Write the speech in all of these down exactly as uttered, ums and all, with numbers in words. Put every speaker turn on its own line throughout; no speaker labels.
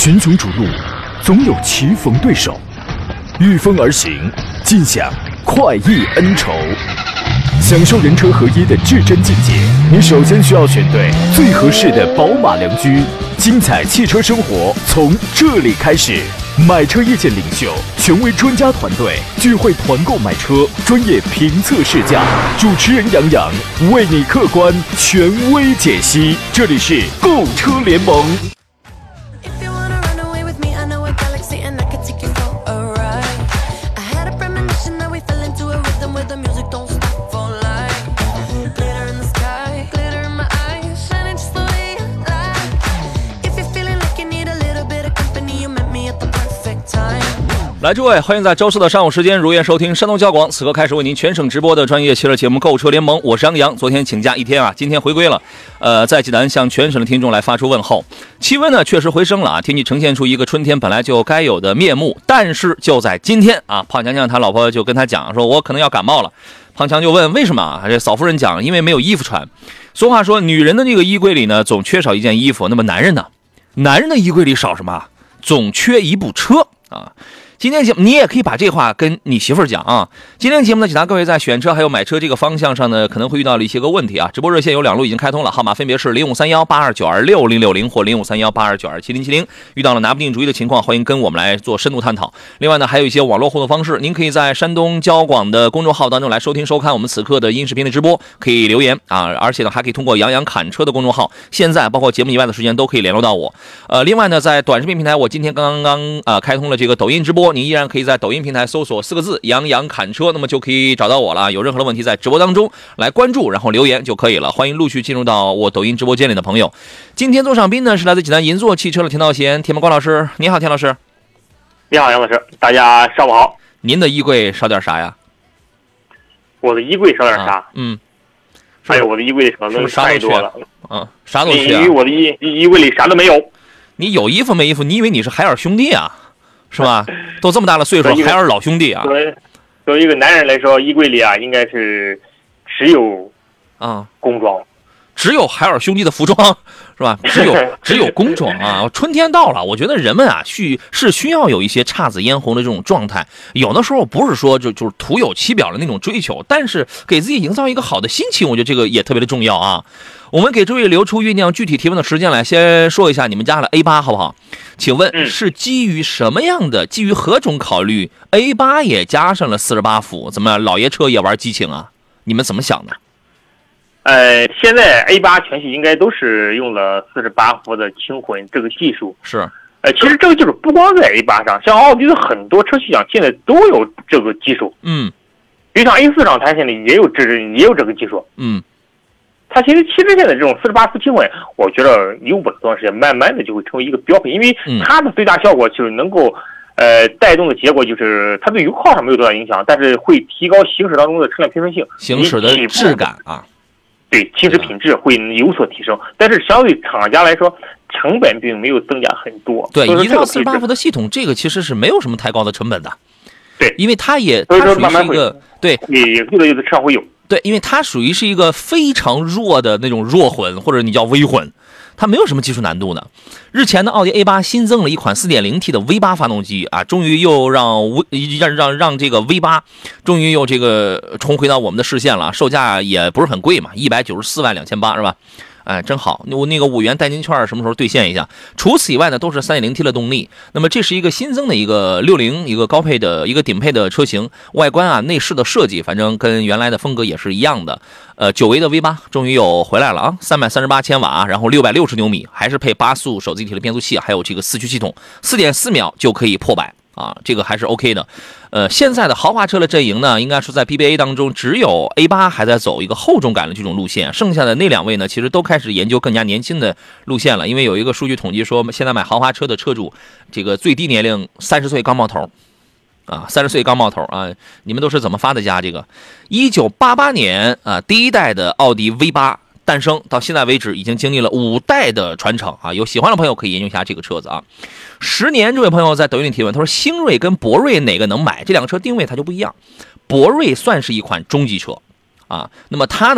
群雄逐鹿，总有棋逢对手，御风而行，尽享快意恩仇。享受人车合一的至臻境界，你首先需要选对最合适的宝马良驹。精彩汽车生活从这里开始。买车意见领袖，权威专家团队聚会团购买车，专业评测试驾，主持人杨洋为你客观权威解析。这里是购车联盟。
来，诸位，欢迎在周四的上午时间如愿收听山东交广此刻开始为您全省直播的专业汽车节目《购车联盟》，我是杨洋。昨天请假一天啊，今天回归了。呃，在济南向全省的听众来发出问候。气温呢确实回升了啊，天气呈现出一个春天本来就该有的面目。但是就在今天啊，胖强强他老婆就跟他讲说，我可能要感冒了。胖强就问为什么啊？这嫂夫人讲，因为没有衣服穿。俗话说，女人的这个衣柜里呢总缺少一件衣服，那么男人呢？男人的衣柜里少什么？总缺一部车啊。今天节目你也可以把这话跟你媳妇儿讲啊。今天节目呢，解答各位在选车还有买车这个方向上呢，可能会遇到了一些个问题啊。直播热线有两路已经开通了，号码分别是零五三幺八二九二六零六零或零五三幺八二九二七零七零。遇到了拿不定主意的情况，欢迎跟我们来做深度探讨。另外呢，还有一些网络互动方式，您可以在山东交广的公众号当中来收听收看我们此刻的音视频的直播，可以留言啊，而且呢还可以通过杨洋侃车的公众号，现在包括节目以外的时间都可以联络到我。呃，另外呢，在短视频平台，我今天刚刚啊、呃、开通了这个抖音直播，您依然可以在抖音抖音平台搜索四个字杨洋侃车，那么就可以找到我了。有任何的问题在直播当中来关注，然后留言就可以了。欢迎陆续进入到我抖音直播间里的朋友。今天做上宾呢是来自济南银座汽车的田道贤田梦光老师。你好，田老师。
你好，杨老师，大家上午好。
您的衣柜少点啥呀？
我的衣柜少点啥？
啊、嗯，
哎呦，我的衣柜可能太多了。
嗯，啥都缺、啊。
因为我的衣衣柜里啥都没有。
你有衣服没衣服？你以为你是海尔兄弟啊？是吧？都这么大了岁数，还是老兄弟啊！
作为作为一个男人来说，衣柜里啊，应该是只有
啊
工装，
只有海尔兄弟的服装，是吧？只有只有工装啊！春天到了，我觉得人们啊，需是需要有一些姹紫嫣红的这种状态。有的时候不是说就就是徒有其表的那种追求，但是给自己营造一个好的心情，我觉得这个也特别的重要啊。我们给诸位留出酝酿具体提问的时间来，先说一下你们家的 A 八好不好？请问是基于什么样的、基于何种考虑 A 八也加上了四十八伏？怎么老爷车也玩激情啊？你们怎么想的？
呃，现在 A 八全系应该都是用了四十八伏的轻混这个技术。
是。
呃，其实这个技术不光在 A 八上，像奥迪的很多车系上现在都有这个技术。
嗯。
比如像 A 四上，它现在也有这也有这个技术。
嗯。
它其实其实现在这种四十八伏轻混，我觉得有不多长时间，慢慢的就会成为一个标配，因为它的最大效果就是能够，呃，带动的结果就是它对油耗上没有多大影响，但是会提高行驶当中的车辆平顺性，
行驶的质感啊，
对，行驶品质会有所提升，但是相对厂家来说，成本并没有增加很多。
对，一套四十八伏的系统，这个其实是没有什么太高的成本的。
对，
因为它也
所以说
它属于是一个对，
也有的有的车上会有。
对，因为它属于是一个非常弱的那种弱混，或者你叫微混，它没有什么技术难度的。日前呢，奥迪 A 八新增了一款 四点零 T 的 V 八发动机啊，终于又让让让让这个 V 八终于又这个重回到我们的视线了，售价也不是很贵嘛，一百九十四万两千八是吧？哎，真好！我那个五元代金券什么时候兑现一下？除此以外呢，都是 三点零 T 的动力。那么这是一个新增的一个六零一个高配的一个顶配的车型，外观啊、内饰的设计，反正跟原来的风格也是一样的。呃，久违的 V 八终于又回来了啊，三百三十八千瓦，然后六百六十牛米，还是配八速手自一体的变速器，还有这个四驱系统，四点四秒就可以破百。啊，这个还是 OK 的。呃，现在的豪华车的阵营呢，应该是在 B B A 当中，只有 A 八还在走一个厚重感的这种路线，剩下的那两位呢，其实都开始研究更加年轻的路线了。因为有一个数据统计说，现在买豪华车的车主，这个最低年龄三十岁刚冒头。啊，三十岁刚冒头啊！你们都是怎么发的家？这个，一九八八年啊，第一代的奥迪 V 八诞生，到现在为止已经经历了五代的传承啊！有喜欢的朋友可以研究一下这个车子啊。十年，这位朋友在抖音里提问，他说：星锐跟博瑞哪个能买？这两个车定位它就不一样。博瑞算是一款中级车啊，那么它呢，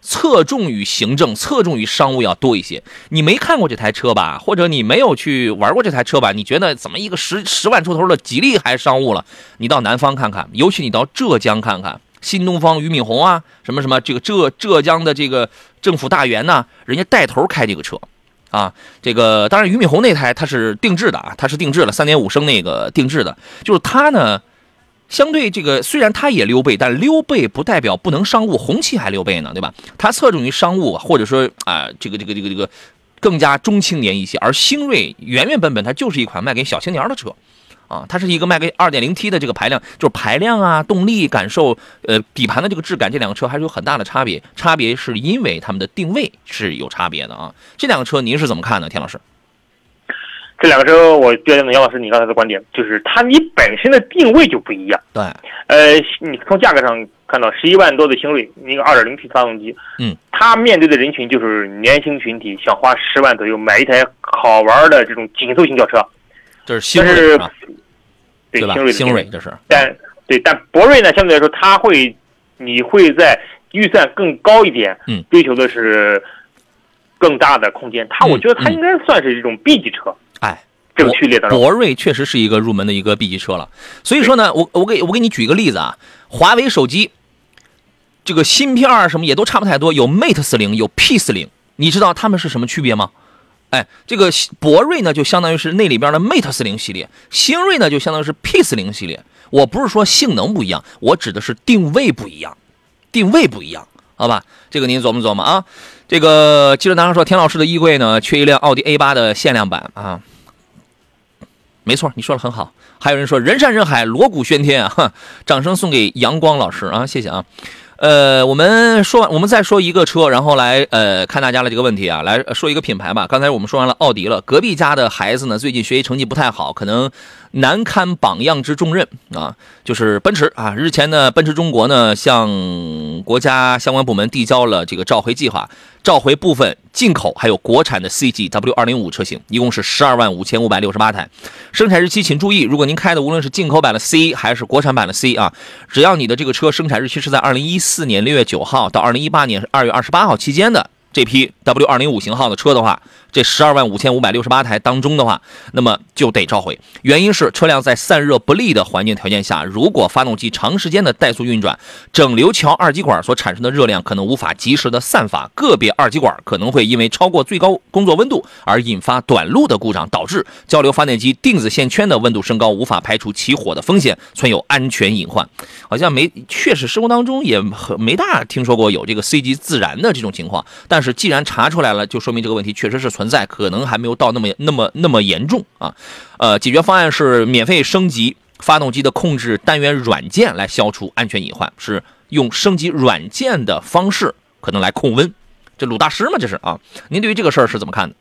侧重于行政、侧重于商务要多一些。你没看过这台车吧，或者你没有去玩过这台车吧，你觉得怎么一个十十万出头的吉利还商务了？你到南方看看，尤其你到浙江看看，新东方、俞敏洪啊，什么什么这个浙浙江的这个政府大员呐，人家带头开这个车。啊，这个当然，俞敏洪那台它是定制的啊，它是定制了三点五升那个定制的，就是它呢，相对这个虽然它也溜背，但溜背不代表不能商务，红旗还溜背呢，对吧？它侧重于商务，或者说啊、呃，这个这个这个这个更加中青年一些，而星锐原原本本它就是一款卖给小青年的车。啊，它是一个卖给 二点零 T 的这个排量，就是排量啊、动力感受、呃底盘的这个质感，这两个车还是有很大的差别。差别是因为它们的定位是有差别的啊。这两个车您是怎么看呢，田老师？
这两个车，我觉得杨老师你刚才的观点就是它你本身的定位就不一样。
对。
呃，你从价格上看到十一万多的星锐，一个 二点零 T 发动机，
嗯，它
面对的人群就是年轻群体，想花十万左右买一台好玩的这种紧凑型轿车。
这是星锐啊，
对，
对吧？
星锐
星锐这是，
但对，但博瑞呢，相对来说，它会，你会在预算更高一点，
嗯，
追求的是更大的空间。它，我觉得它应该算是这种 B 级车，
哎，
这个序列当中，
博瑞确实是一个入门的一个 B 级车了。所以说呢，我我给我给你举一个例子啊，华为手机，这个芯片啊什么也都差不太多，有 Mate 四零，有 P 四零，你知道它们是什么区别吗？哎，这个博瑞呢，就相当于是那里边的 Mate 四零系列，星瑞呢，就相当于是 P 四零系列。我不是说性能不一样，我指的是定位不一样，定位不一样，好吧？这个您琢磨琢磨啊。这个记者男孩说，田老师的衣柜呢，缺一辆奥迪 A 八的限量版啊。没错，你说的很好。还有人说人山人海，锣鼓喧天啊！掌声送给阳光老师啊，谢谢啊。呃，我们说完，我们再说一个车，然后来呃看大家的这个问题啊，来说一个品牌吧。刚才我们说完了奥迪了，隔壁家的孩子呢，最近学习成绩不太好，可能难堪榜样之重任啊，就是奔驰啊。日前呢，奔驰中国呢向国家相关部门递交了这个召回计划，召回部分进口还有国产的 C 级 W 二零五 车型，一共是十二万五千五百六十八台。生产日期请注意，如果您开的无论是进口版的 C 还是国产版的 C 啊，只要你的这个车生产日期是在二零一四年六月九号到二零一八年二月二十八号期间的这批 W 二零五 型号的车的话，这十二万五千五百六十八台当中的话，那么就得召回。原因是车辆在散热不利的环境条件下，如果发动机长时间的怠速运转，整流桥二极管所产生的热量可能无法及时的散发，个别二极管可能会因为超过最高工作温度而引发短路的故障，导致交流发电机定子线圈的温度升高，无法排除起火的风险，存有安全隐患。好像没，确实生活当中也没大听说过有这个 C 级自燃的这种情况，但是既然查出来了，就说明这个问题确实是存在，可能还没有到那么那么那么严重啊。呃，解决方案是免费升级发动机的控制单元软件来消除安全隐患，是用升级软件的方式可能来控温。这鲁大师嘛，这是啊。您对于这个事儿是怎么看的？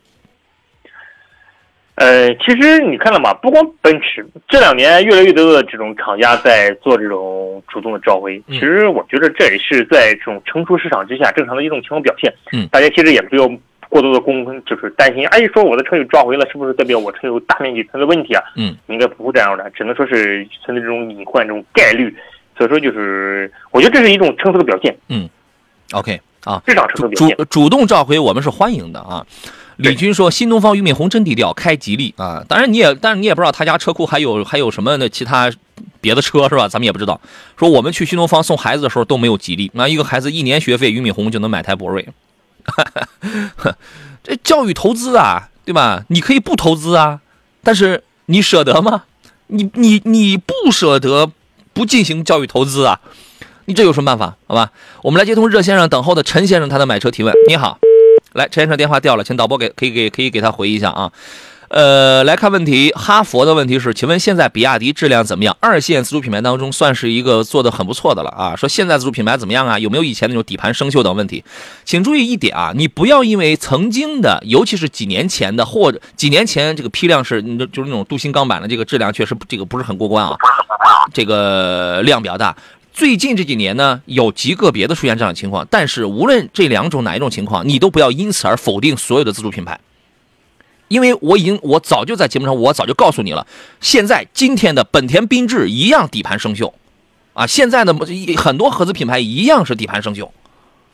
呃，其实你看了嘛，不光奔驰，这两年越来越多的这种厂家在做这种主动的召回。其实我觉得这也是在这种成熟市场之下正常的一种情况表现。
嗯，
大家其实也不用过多的公，就是担心，哎，说我的车有召回了，是不是代表我车有大面积存在问题啊？
嗯，应
该不会这样的，只能说是存在这种隐患、这种概率。所以说，就是我觉得这是一种成熟的表现。
嗯 ，OK 啊，
市场成熟表现，
主主动召回我们是欢迎的啊。李军说：“新东方俞敏洪真低调，开吉利啊！当然你也，但是你也不知道他家车库还有还有什么的其他别的车是吧？咱们也不知道。说我们去新东方送孩子的时候都没有吉利，那一个孩子一年学费，俞敏洪就能买台博瑞。这教育投资啊，对吧？你可以不投资啊，但是你舍得吗？你你你不舍得不进行教育投资啊？你这有什么办法？好吧，我们来接通热线上等候的陈先生他的买车提问。你好。”来，陈先生电话掉了，请导播给可以给可以给他回一下啊。呃，来看问题，哈佛的问题是，请问现在比亚迪质量怎么样？二线自主品牌当中算是一个做的很不错的了啊。说现在自主品牌怎么样啊？有没有以前那种底盘生锈等问题？请注意一点啊，你不要因为曾经的，尤其是几年前的，或者几年前这个批量是就是那种镀锌钢板的这个质量确实这个不是很过关啊，这个量比较大。最近这几年呢，有极个别的出现这样的情况，但是无论这两种哪一种情况，你都不要因此而否定所有的自主品牌，因为我已经我早就在节目上我早就告诉你了，现在今天的本田缤智一样底盘生锈，啊，现在的很多合资品牌一样是底盘生锈，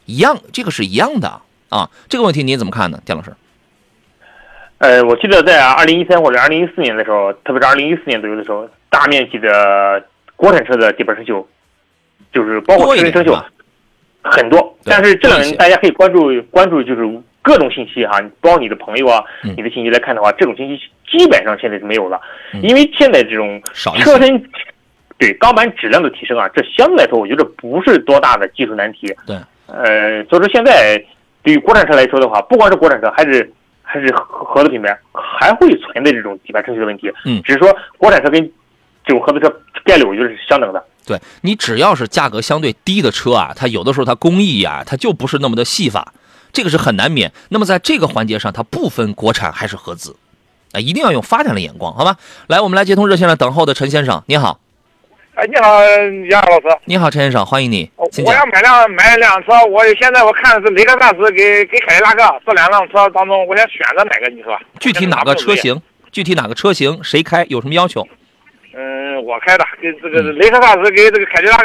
一样，这个是一样的啊。这个问题你怎么看呢，田老师？
呃，我记得在二零一三或者二零一四年的时候，特别是二零一四年左右的时候，大面积的国产车的底盘生锈，就是包括车身生锈很多。但是这两年大家可以关注关注就是各种信息哈，包括你的朋友啊、嗯、你的信息来看的话，这种信息基本上现在是没有了，嗯、因为现在这种车身对钢板质量的提升啊，这相对来说我觉得不是多大的技术难题。
对，
呃，所以说现在对于国产车来说的话，不光是国产车，还是还是合资品牌还会存在这种底盘生锈的问题。
嗯，
只是说国产车跟这种合资车概率我觉得是相等的。
对，你只要是价格相对低的车啊，它有的时候它工艺呀、啊，它就不是那么的细法，这个是很难免。那么在这个环节上，它不分国产还是合资，啊，一定要用发展的眼光，好吧？来，我们来接通热线上等候的陈先生，你好。
哎，你好，杨老师。
你好，陈先生，欢迎你。
我要买辆买辆车，我现在我看的是雷克萨斯给给凯迪拉克这两辆车当中，我想选择哪个？你说？
具体哪个车型？具体哪个车型？谁开？有什么要求？
嗯，我开的，给这个雷克萨斯给这个凯迪拉克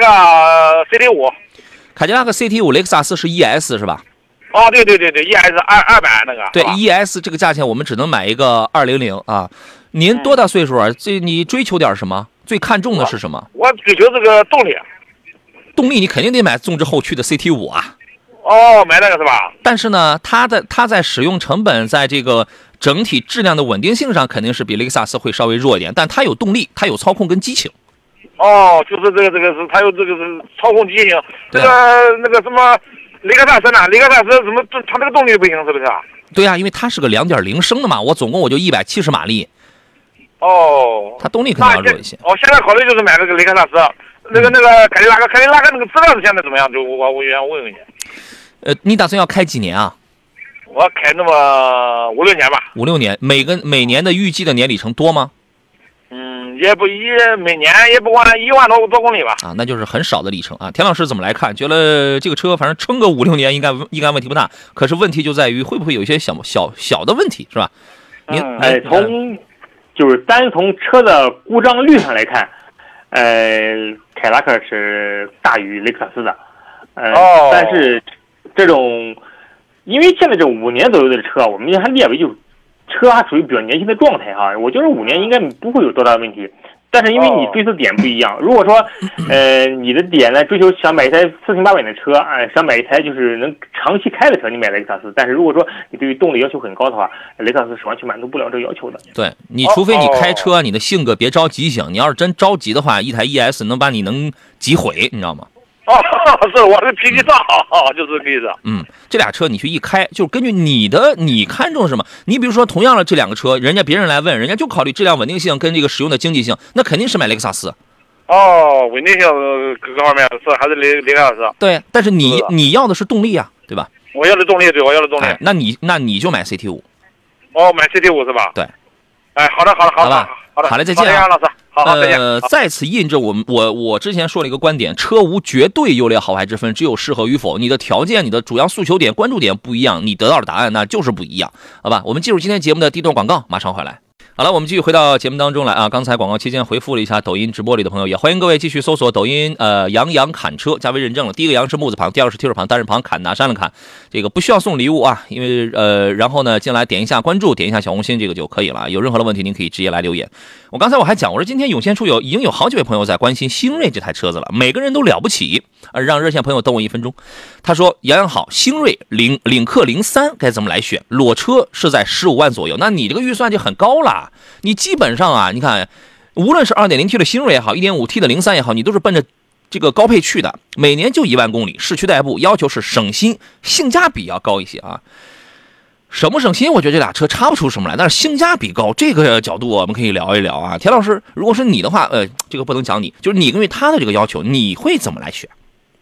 C T 五。
凯迪拉克 C T 五，雷克萨斯是 E S 是吧？
哦，对对对对 ，E S 二二百那个。
对 ，E S 这个价钱我们只能买一个二零零啊。您多大岁数啊？这你追求点什么？最看重的是什么？
我追求这个动力。
动力你肯定得买纵置后驱的 C T 五啊。
哦，买那个是吧？
但是呢，它的它在使用成本，在这个整体质量的稳定性上，肯定是比雷克萨斯会稍微弱一点。但它有动力，它有操控跟激情。
哦，就是这个这个是它有这个是操控激情。这个那个什么雷克萨斯呢？雷克萨斯怎么它这个动力不行是不是？
对呀、啊，因为它是个两点零升的嘛，我总共我就一百七十马力。
哦，
它动力肯定要弱一些。
我、哦、现在考虑就是买这个雷克萨斯，那个那个凯迪拉克，凯迪拉克那个资料是现在怎么样？就我我想问问你。
呃，你打算要开几年啊？
我开那么五六年吧。
五六年，每个每年的预计的年里程多吗？
嗯，也不一每年也不过一万多多公里吧。
啊，那就是很少的里程啊。田老师怎么来看？觉得这个车反正撑个五六年应该应该问题不大，可是问题就在于会不会有一些小小小的问题，是吧？您
嗯，哎，从就是单从车的故障率上来看，呃，凯迪拉克是大于雷克萨斯的，呃，
哦、
但是这种，因为现在这五年左右的车，我们还列为就车还属于比较年轻的状态哈，我觉得五年应该不会有多大的问题。但是因为你追求点不一样，如果说，呃，你的点呢追求想买一台四平八稳的车，呃，想买一台就是能长期开的车，你买雷克萨斯。但是如果说你对于动力要求很高的话，雷克萨斯是完全满足不了这个要求的。
对，你除非你开车，你的性格别着急性，你要是真着急的话，一台 E S 能把你能急毁，你知道吗？
哦，是我这脾气大，就是这个意思。
嗯，这俩车你去一开，就根据你的你看中什么。你比如说，同样的这两个车，人家别人来问，人家就考虑质量稳定性跟这个使用的经济性，那肯定是买雷克萨斯。
哦，稳定性各方面是还是雷雷克萨斯。
对，但是你你要的是动力啊，对吧？
我要的动力，对，我要的动力。
哎、那你那你就买 C T 五。
哦，买 C T 五是吧？
对。
哎，好的，好的，好的，
好
好的，
好嘞，再见啊，
杨老师。好好再见。
呃，再次印证我们我我之前说了一个观点：车无绝对优劣好坏之分，只有适合与否。你的条件、你的主要诉求点、关注点不一样，你得到的答案那就是不一样，好吧？我们进入今天节目的第一段广告，马上回来。好了，我们继续回到节目当中来啊！刚才广告期间回复了一下抖音直播里的朋友，也欢迎各位继续搜索抖音呃杨洋侃车加微认证了。第一个杨是木字旁，第二个是提手旁，单人旁，侃拿山了侃，这个不需要送礼物啊，因为呃然后呢进来点一下关注，点一下小红心，这个就可以了。有任何的问题您可以直接来留言。我刚才我还讲，我说今天涌现出有已经有好几位朋友在关心星瑞这台车子了，每个人都了不起，呃让热线朋友等我一分钟。他说杨洋好，星瑞领领克零三该怎么来选？裸车是在十五万左右，那你这个预算就很高了。你基本上啊，你看，无论是 二点零 T 的星瑞也好 ，一点五 T 的零三也好，你都是奔着这个高配去的，每年就一万公里，市区代步，要求是省心，性价比要高一些啊。省不省心？我觉得这俩车差不出什么来，但是性价比高，这个角度我们可以聊一聊啊。田老师，如果是你的话，呃，这个不能讲你，就是你根据他的这个要求，你会怎么来选？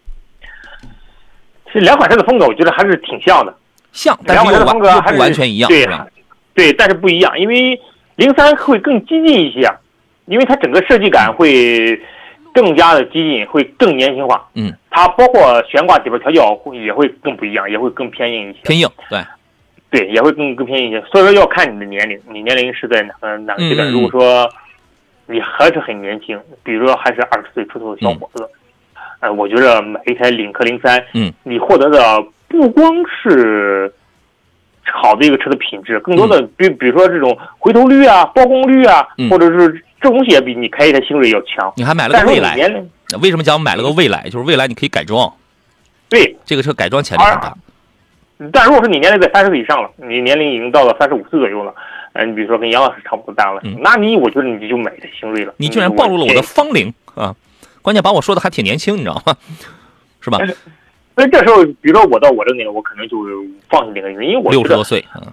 其实两款车的风格，我觉得还是挺像的，
像，但是又完又不完全一样，
对
吧？
对，但是不一样，因为零三会更激进一些，因为它整个设计感会更加的激进，会更年轻化。嗯，它包括悬挂底盘调教会也会更不一样，也会更偏硬一些。
偏硬，对，
对，也会更更偏硬一些。所以说要看你的年龄，你年龄是在哪个哪个阶段。
嗯嗯
如果说你还是很年轻，比如说还是二十岁出头的小伙子，嗯、 呃，我觉得买一台领克零三，
嗯，
你获得的不光是好的一个车的品质，更多的比比如说这种回头率啊、曝光率啊，
嗯、
或者是这东西也比你开一台星锐要强。
你还买了个蔚来，为什么讲买了个蔚来？就是蔚来你可以改装，
对，
这个车改装潜力很大。
但如果说你年龄在三十岁以上了，你年龄已经到了三十五岁左右了，嗯、呃，你比如说跟杨老师差不多大了，
嗯、
那你我觉得你就买台星锐了。
你居然暴露了我的芳龄啊！关键把我说的还挺年轻，你知道吗？是吧？
所以这时候，比如说我到我这个年龄，我可能就放弃这个，因为我
六十多岁，嗯，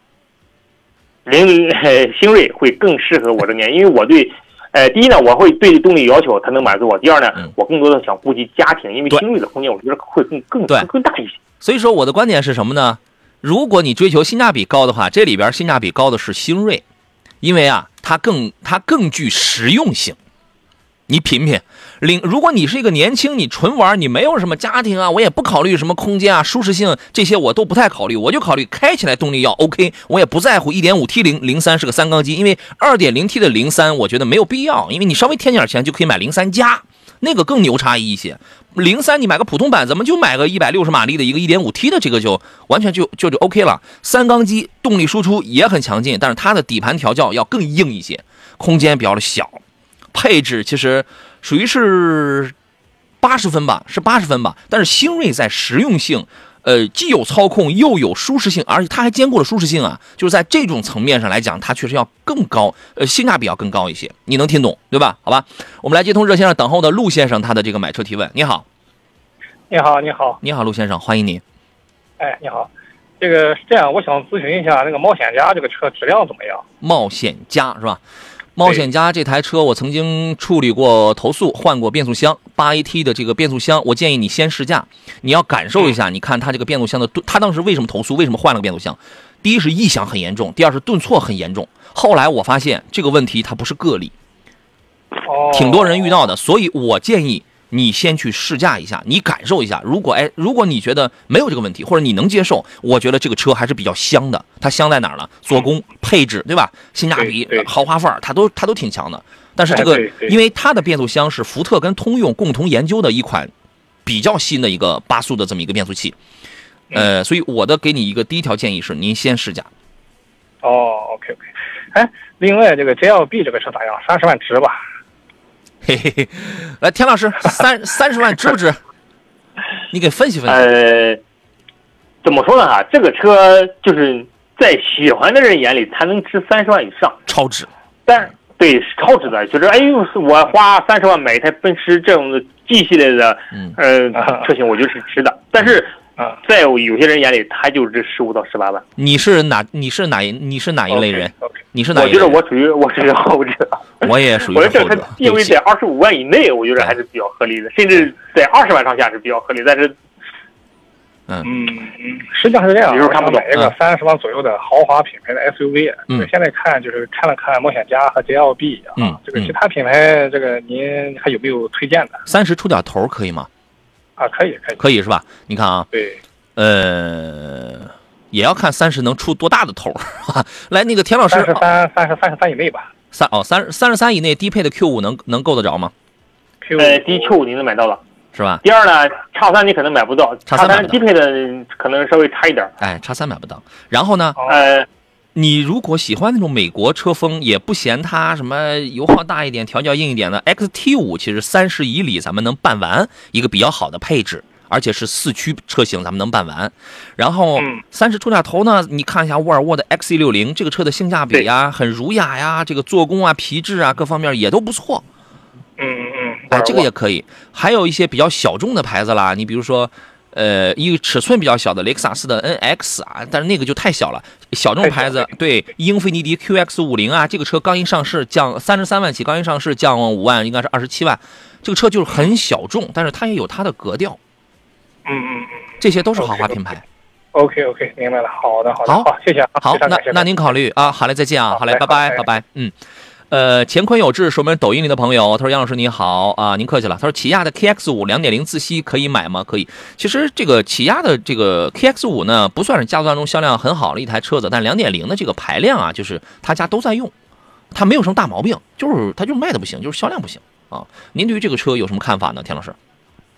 零星锐会更适合我这年龄，因为我对，呃，第一呢，我会对动力要求它能满足我；第二呢，
嗯、
我更多的想顾及家庭，因为星锐的空间我觉得会更更更更大一些。
所以说，我的观点是什么呢？如果你追求性价比高的话，这里边性价比高的是星锐，因为啊，它更它更具实用性。你品品，领如果你是一个年轻，你纯玩，你没有什么家庭啊，我也不考虑什么空间啊、舒适性这些，我都不太考虑，我就考虑开起来动力要 OK， 我也不在乎 一点五 T 零零三是个三缸机，因为 二点零 T 的零三我觉得没有必要，因为你稍微添点钱就可以买零三加，那个更牛叉一些。零三你买个普通版，咱们就买个一百六十马力的一个 一点五 T 的，这个就完全就就就 OK 了。三缸机动力输出也很强劲，但是它的底盘调教要更硬一些，空间比较的小。配置其实属于是八十分吧，是八十分吧。但是星锐在实用性，呃，既有操控又有舒适性，而且它还兼顾了舒适性啊。就是在这种层面上来讲，它确实要更高，呃，性价比要更高一些。你能听懂对吧？好吧，我们来接通热线上等候的陆先生他的这个买车提问。你好，
你好，你好，
你好，陆先生，欢迎您。
哎，你好，这个是这样，我想咨询一下那个冒险家这个车质量怎么样？
冒险家是吧？冒险家这台车我曾经处理过投诉，换过变速箱， 八 A T 的这个变速箱，我建议你先试驾，你要感受一下，你看它这个变速箱的顿，他当时为什么投诉，为什么换了个变速箱？第一是异响很严重，第二是顿挫很严重。后来我发现这个问题它不是个例，
哦，
挺多人遇到的，所以我建议你先去试驾一下，你感受一下。如果哎，如果你觉得没有这个问题，或者你能接受，我觉得这个车还是比较香的。它香在哪儿呢？做工、配置，对吧？性价比、豪华范儿，它都它都挺强的。但是这个，因为它的变速箱是福特跟通用共同研究的一款比较新的一个八速的这么一个变速器，呃，所以我的给你一个第一条建议是，您先试驾。
哦 ，OK OK。哎，另外这个 J L B 这个车咋样？三十万值吧？
嘿嘿嘿，来，田老师，三三十万值不值？你给分析分析。
呃，怎么说呢？哈，这个车就是在喜欢的人眼里，它能值三十万以上，
超值。
但对，超值的，就是哎呦，我花三十万买一台奔驰这种的 G 系列的，
嗯，
呃，车型，我觉得是值的。但是啊，在有些人眼里，它就值十五到十八万。
你是哪？你是哪？你是哪一类人？
Okay, okay.
你是哪一类人？
我觉得我属于我属于后者。
我也属于后者。
我觉得它定位在二十五万以内，我觉得还是比较合理的，甚至在二十万上下是比较合理。但是，
嗯
嗯嗯，实际上是这样。
比如他们
买一个三十万左右的豪华品牌的 S U V，嗯，现在看就是看了看冒险家和 J L B 啊，
嗯，
这个其他品牌，这个您还有没有推荐的？
三十出点头可以吗？
啊，可以可以
可以是吧？你看啊，
对，
呃，也要看三十能出多大的头。来，那个田老师，
三十三、三十三十三以内吧。
三哦，三三十三以内低配的 Q 五能能够得着吗
？Q
呃，第一 Q 五你能买到了，
是吧？
第二呢，叉三你可能买不到，
叉
三低配的可能稍微差一点。
哎，叉三买不到。然后呢，
呃，
你如果喜欢那种美国车风，也不嫌它什么油耗大一点、调教硬一点的 X T 五，其实三十以里咱们能办完一个比较好的配置。而且是四驱车型，咱们能办完。然后三十出点头呢，你看一下沃尔沃的 X C 六十 这个车的性价比呀，很儒雅呀，这个做工啊、皮质啊各方面也都不错。
嗯嗯嗯，
哎，这个也可以。还有一些比较小众的牌子啦，你比如说，呃，一个尺寸比较小的雷克萨斯的 N X 啊，但是那个就太小了。小众牌子，对，英菲尼迪 Q X 五十 啊，这个车刚一上市降三十三万起，刚一上市降五万，应该是二十七万。这个车就是很小众，但是它也有它的格调。
嗯嗯嗯，
这些都是豪华品牌。
OK OK， 明白了。好的好的，
好，
好，谢谢啊。
好，那那您考虑啊。好嘞，再见啊。好嘞，拜拜拜拜。嗯，呃，乾坤有志是我们抖音里的朋友，他说杨老师你好啊，您客气了。他说起亚的 K X 五 两点零 自吸可以买吗？可以。其实这个起亚的这个 K X 五 呢，不算是家族当中销量很好的一台车子，但两点零的这个排量啊，就是他家都在用，它没有什么大毛病，就是它就是卖的不行，就是销量不行啊。您对于这个车有什么看法呢，田老师？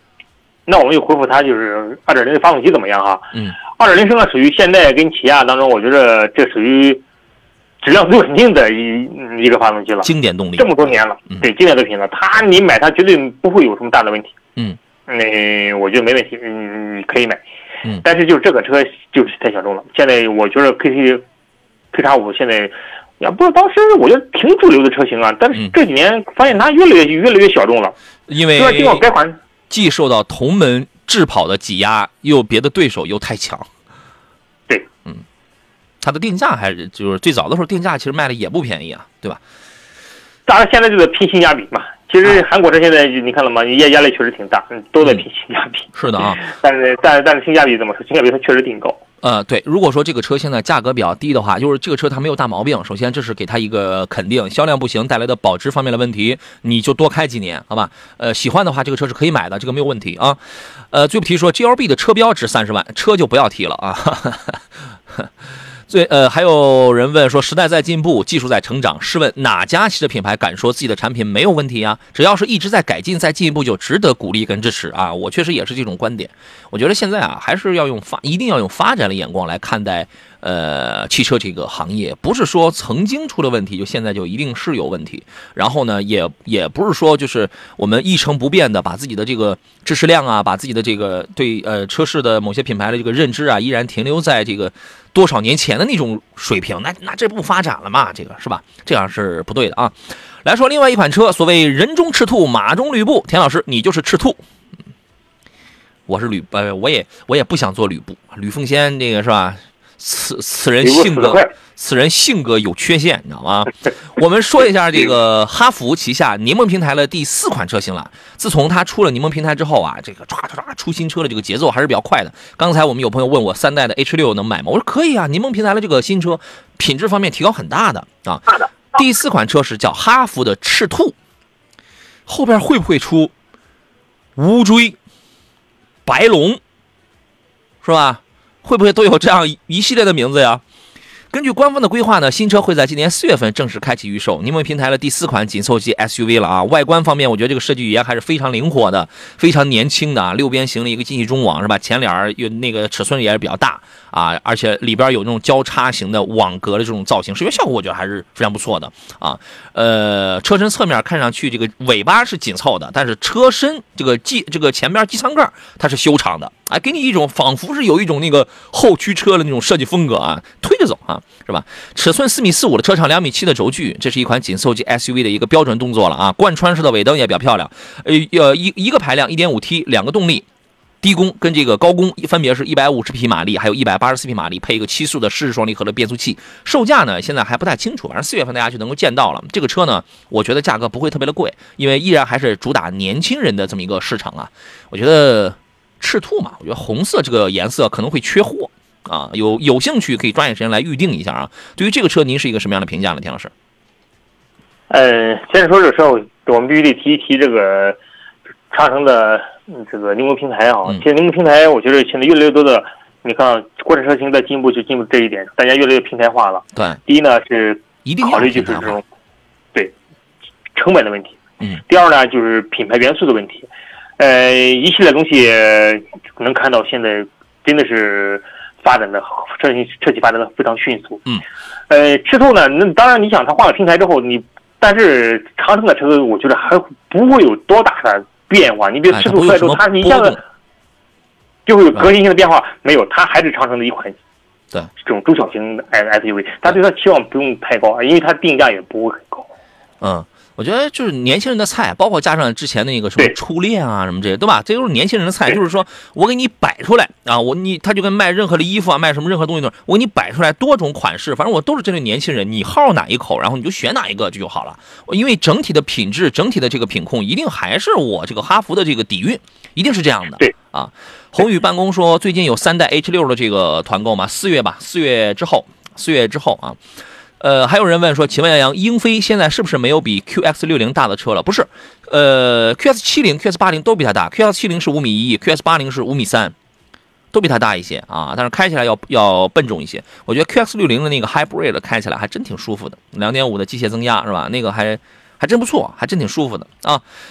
那我们就回复它，就是 二点零 的发动机怎么样哈？
嗯
二点零 升呢，属于现代跟起亚当中，我觉得这属于质量最稳定的一一个发动机了。
经典动力，
这么多年了，
嗯、
对经典作品了，它你买它绝对不会有什么大的问题。
嗯，
那我觉得没问题，嗯，你可以买。
嗯，但
是就是这个车就是太小众了。现在我觉得 K T K 叉五现在，也不是当时我觉得挺主流的车型啊，但是这几年发现它越来越越来越小众了，
因为
尽管改款
既受到同门智跑的挤压，又别的对手又太强。
对，
嗯，它的定价还是就是最早的时候定价其实卖的也不便宜啊，对吧？
当然现在就是拼性价比嘛。其实韩国车现在你看了吗？压压力确实挺大，都在拼性价比。
嗯、是的啊，
但是但是但是性价比怎么说？性价比它确实挺高。
呃，对，如果说这个车现在价格比较低的话，就是这个车它没有大毛病。首先，这是给它一个肯定，销量不行带来的保值方面的问题，你就多开几年，好吧？呃，喜欢的话，这个车是可以买的，这个没有问题啊。呃，最不提说 G L B 的车标值三十万，车就不要提了啊。最呃，还有人问说，时代在进步，技术在成长，试问哪家汽车品牌敢说自己的产品没有问题啊？只要是一直在改进、在进一步，就值得鼓励跟支持啊！我确实也是这种观点。我觉得现在啊，还是要用发，一定要用发展的眼光来看待呃汽车这个行业，不是说曾经出了问题，就现在就一定是有问题。然后呢，也也不是说就是我们一成不变的把自己的这个知识量啊，把自己的这个对呃车市的某些品牌的这个认知啊，依然停留在这个多少年前的那种水平，那那这不发展了嘛？这个是吧？这样是不对的啊。来说另外一款车，所谓人中赤兔，马中吕布。田老师，你就是赤兔，我是吕呃，我也我也不想做吕布。吕奉先这个是吧？此此人性格，此人性格有缺陷，你知道吗？我们说一下这个哈弗旗下柠檬平台的第四款车型了。自从它出了柠檬平台之后啊，这个唰唰唰出新车的这个节奏还是比较快的。刚才我们有朋友问我三代的 H 六 能买吗？我说可以啊，柠檬平台的这个新车品质方面提高很大的啊。第四款车是叫哈弗的赤兔，后边会不会出乌骓、白龙，是吧？会不会都有这样一系列的名字呀？根据官方的规划呢，新车会在今年四月份正式开启预售。柠檬平台的第四款紧凑级 S U V 了啊！外观方面，我觉得这个设计语言还是非常灵活的，非常年轻的啊。六边形的一个进气中网是吧？前脸有那个尺寸也是比较大啊，而且里边有那种交叉型的网格的这种造型，视觉效果我觉得还是非常不错的啊。呃，车身侧面看上去这个尾巴是紧凑的，但是车身这个机这个前边机舱盖它是修长的，哎，给你一种仿佛是有一种那个后驱车的那种设计风格啊，推着走啊。是吧？尺寸四米四五的车长，两米七的轴距，这是一款紧凑级 S U V 的一个标准动作了啊！贯穿式的尾灯也比较漂亮，呃呃一一个排量 一点五 T， 两个动力，低功跟这个高功分别是一百五十匹马力，还有一百八十四匹马力，配一个七速的湿式双离合的变速器。售价呢现在还不太清楚，反正四月份大家就能够见到了。这个车呢，我觉得价格不会特别的贵，因为依然还是主打年轻人的这么一个市场啊。我觉得赤兔嘛，我觉得红色这个颜色可能会缺货。啊，有有兴趣可以抓紧时间来预定一下啊。对于这个车，您是一个什么样的评价呢，田老师？
呃，先说这个车，我们必须得提一提这个长城的这个柠檬平台啊。其实柠檬平台，我觉得现在越来越多的，你看国产车型在进步，就进步这一点，大家越来越平台化了。
对，
第一呢是
一定
考虑就是这种对成本的问题，
嗯。
第二呢就是品牌元素的问题，呃，一系列东西能看到现在真的是。发展的车企车企发展的非常迅速，
嗯，
呃，赤兔呢，那当然你想它换了平台之后，你但是长城的车我觉得还不会有多大的变化。你比如赤兔出来之后，它一下子就会有革新性的变化，没有，它还是长城的一款
对
这种中小型的 S U V， 它对它期望不用太高，因为它定价也不会很高。
嗯。我觉得就是年轻人的菜，包括加上之前的那个什么初恋啊什么这些，对吧？这都是年轻人的菜，就是说我给你摆出来啊，我你他就跟卖任何的衣服啊，卖什么任何东西的，我给你摆出来多种款式，反正我都是针对年轻人，你好哪一口，然后你就选哪一个就就好了。因为整体的品质，整体的这个品控，一定还是我这个哈弗的这个底蕴，一定是这样的。
对
啊，宏宇办公说最近有三代 H 六 的这个团购嘛，四月吧，四月之后，四月之后啊。呃，还有人问说，请问杨洋，英菲现在是不是没有比 Q X 六十 大的车了？不是，呃 ，Q S 七十、Q S 八十 都比它大 ，Q S 七十是五米一 ，Q S 八十是五米三，都比它大一些啊，但是开起来要要笨重一些。我觉得 Q X 六十 的那个 Hybrid 开起来还真挺舒服的， 两点五 的机械增压是吧？那个还还真不错，还真挺舒服的啊。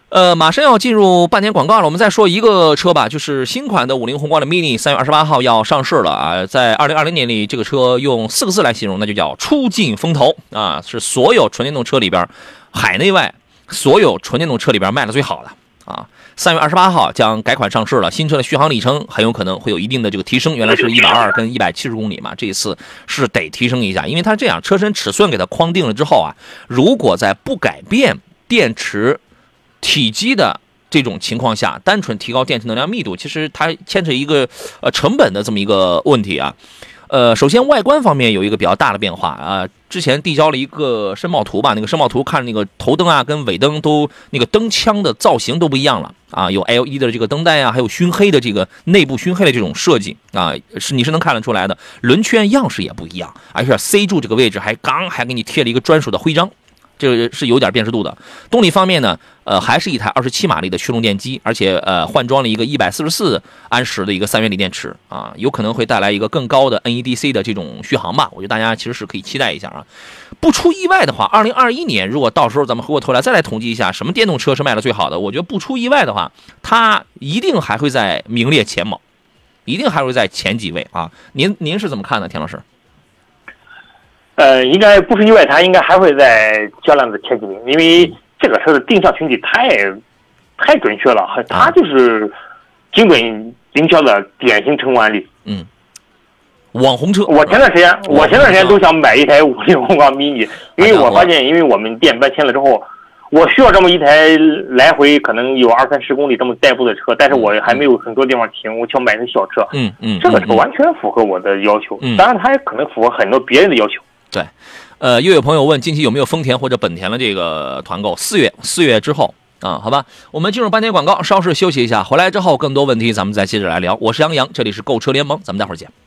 呃，马上要进入半年广告了，我们再说一个车吧，就是新款的五菱宏光的 mini， 三月二十八号要上市了啊！在二零二零年里，这个车用四个字来形容，那就叫出尽风头啊！是所有纯电动车里边，海内外所有纯电动车里边卖的最好的啊！三月二十八号将改款上市了，新车的续航里程很有可能会有一定的这个提升，原来是一百二跟一百七十公里嘛，这一次是得提升一下，因为它这样车身尺寸给它框定了之后啊，如果在不改变电池体积的这种情况下，单纯提高电池能量密度，其实它牵扯一个呃成本的这么一个问题啊。呃，首先外观方面有一个比较大的变化啊，之前递交了一个申报图吧，那个申报图看那个头灯啊跟尾灯都那个灯腔的造型都不一样了啊，有 L E D 的这个灯带啊，还有熏黑的这个内部熏黑的这种设计啊，是你是能看得出来的，轮圈样式也不一样，而且 C 柱这个位置还刚还给你贴了一个专属的徽章。这个是有点辨识度的。动力方面呢，呃，还是一台二十七马力的驱动电机，而且呃换装了一个一百四十四安时的一个三元锂电池啊，有可能会带来一个更高的 N E D C 的这种续航吧。我觉得大家其实是可以期待一下啊。不出意外的话，二零二一年如果到时候咱们回过头来再来统计一下什么电动车是卖的最好的，我觉得不出意外的话，它一定还会在名列前茅，一定还会在前几位啊。您您是怎么看的，田老师？
呃，应该不是意外，它应该还会在销量的前几名，因为这个车的定向群体太太准确了，它就是精准营销的典型成功案例。
嗯，网红车。
我前段时间，我前段时间都想买一台五菱宏光 mini， 因为我发现，因为我们店搬迁了之后，我需要这么一台来回可能有二三十公里这么代步的车，但是我还没有很多地方停，我就要买台小车。
嗯嗯，
这个车完全符合我的要求，
嗯，
当然它也可能符合很多别人的要求。
对，呃，又有朋友问近期有没有丰田或者本田的这个团购？四月四月之后啊，好吧，我们进入半天广告，稍事休息一下，回来之后更多问题咱们再接着来聊。我是杨洋，这里是购车联盟，咱们待会儿见。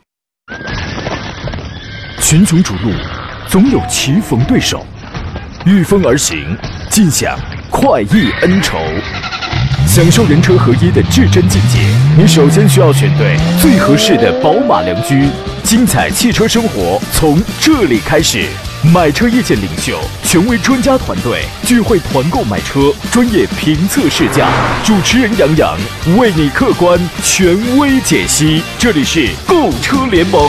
群雄逐鹿，总有棋逢对手，御风而行，尽享快意恩仇。享受人车合一的至臻境界，你首先需要选对最合适的宝马良驹。精彩汽车生活从这里开始，买车意见领袖，权威专家团队聚会团购买车，专业评测试驾，主持人杨洋为你客观权威解析。这里是购车联盟。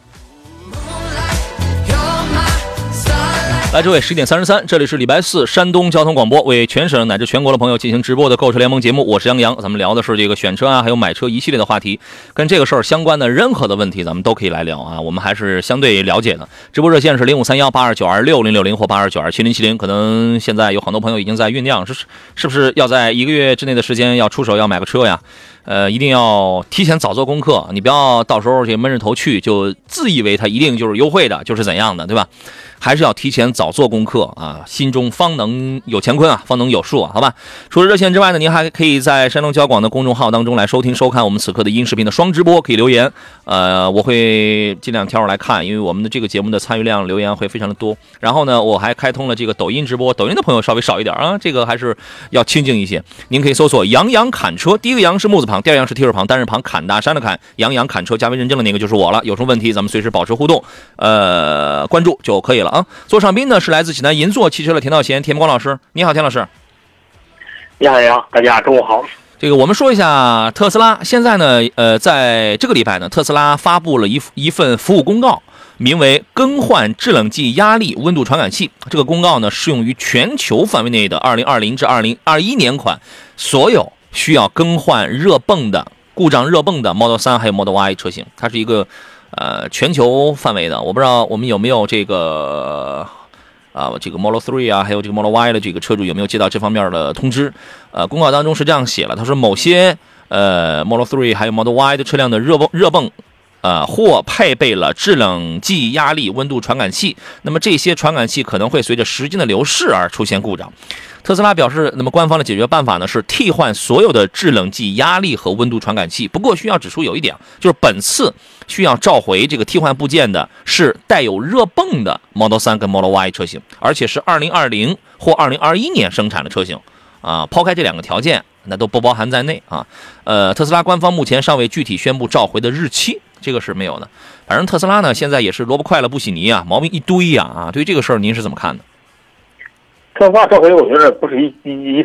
来，这位十一点三十三，这里是礼拜四山东交通广播，为全省乃至全国的朋友进行直播的购车联盟节目，我是杨洋。咱们聊的是这个选车啊，还有买车一系列的话题，跟这个事儿相关的任何的问题，咱们都可以来聊啊。我们还是相对了解的。直播热线是零五三幺八二九二六零六零或八二九二七零七零。可能现在有很多朋友已经在酝酿，是是不是要在一个月之内的时间要出手要买个车呀？呃，一定要提前早做功课，你不要到时候这闷着头去，就自以为它一定就是优惠的，就是怎样的，对吧？还是要提前早做功课啊，心中方能有乾坤啊，方能有数啊，好吧？除了热线之外呢，您还可以在山东交广的公众号当中来收听收看我们此刻的音视频的双直播，可以留言，呃，我会尽量挑着来看，因为我们的这个节目的参与量留言会非常的多。然后呢，我还开通了这个抖音直播，抖音的朋友稍微少一点啊，这个还是要清静一些。您可以搜索杨洋侃车，第一个杨是木字旁，第二个杨是提手旁，单人旁，侃大山的侃，杨洋侃车加微认证的那个就是我了。有什么问题咱们随时保持互动，呃，关注就可以了啊。座上宾呢是来自济南银座汽车的田道贤，田光老师，你好，田老师。
你好，杨，大家中午好。
这个我们说一下特斯拉，现在呢，呃，在这个礼拜呢，特斯拉发布了一一份服务公告，名为更换制冷剂压力温度传感器。这个公告呢，适用于全球范围内的二零二零至二零二一年款所有需要更换热泵的故障热泵的 Model 三还有 Model Y 车型，它是一个呃全球范围的。我不知道我们有没有这个啊，这个 Model 三啊，还有这个 Model Y 的这个车主有没有接到这方面的通知？呃，公告当中是这样写了，他说某些呃 Model 三还有 Model Y 的车辆的热泵热泵。呃，或配备了制冷剂压力温度传感器，那么这些传感器可能会随着时间的流逝而出现故障。特斯拉表示，那么官方的解决办法呢是替换所有的制冷剂压力和温度传感器。不过需要指出有一点，就是本次需要召回这个替换部件的是带有热泵的 Model 三跟 Model Y 车型，而且是二零二零或二零二一年生产的车型。啊，抛开这两个条件，那都不包含在内啊。呃，特斯拉官方目前尚未具体宣布召回的日期，这个是没有的。反正特斯拉呢，现在也是萝卜快了不洗泥啊，毛病一堆呀啊。对于这个事儿，您是怎么看的？
特斯拉召回，我觉得不是一一一分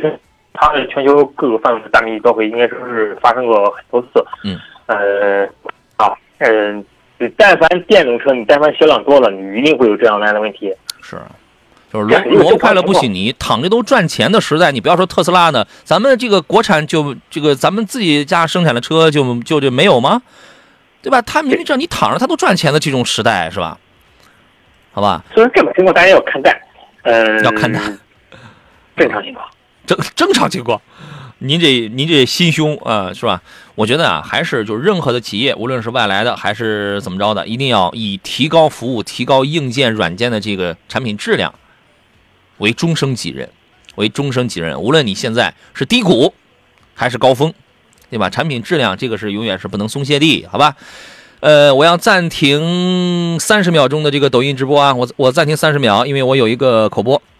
它在全球各个范围的大面积报废应该说是发生过很多次。
嗯，
呃，啊，嗯、呃，但凡电动车你但凡销量多了，你一定会有这样那样的问题。
是。就是螺螺快了不洗泥，躺着都赚钱的时代，你不要说特斯拉呢，咱们这个国产就这个咱们自己家生产的车就就就没有吗？对吧？他明明知道你躺着他都赚钱的这种时代是吧？好吧。
所以这种情况大家要看淡，呃，
要看淡，
正常情况，
正正常情况。您这您这心胸啊、呃，是吧？我觉得啊，还是就是任何的企业，无论是外来的还是怎么着的，一定要以提高服务、提高硬件、软件的这个产品质量为终生己任，为终生己任。无论你现在是低谷还是高峰，对吧？产品质量这个是永远是不能松懈的，好吧？呃，我要暂停三十秒钟的这个抖音直播啊，我我暂停三十秒，因为我有一个口播。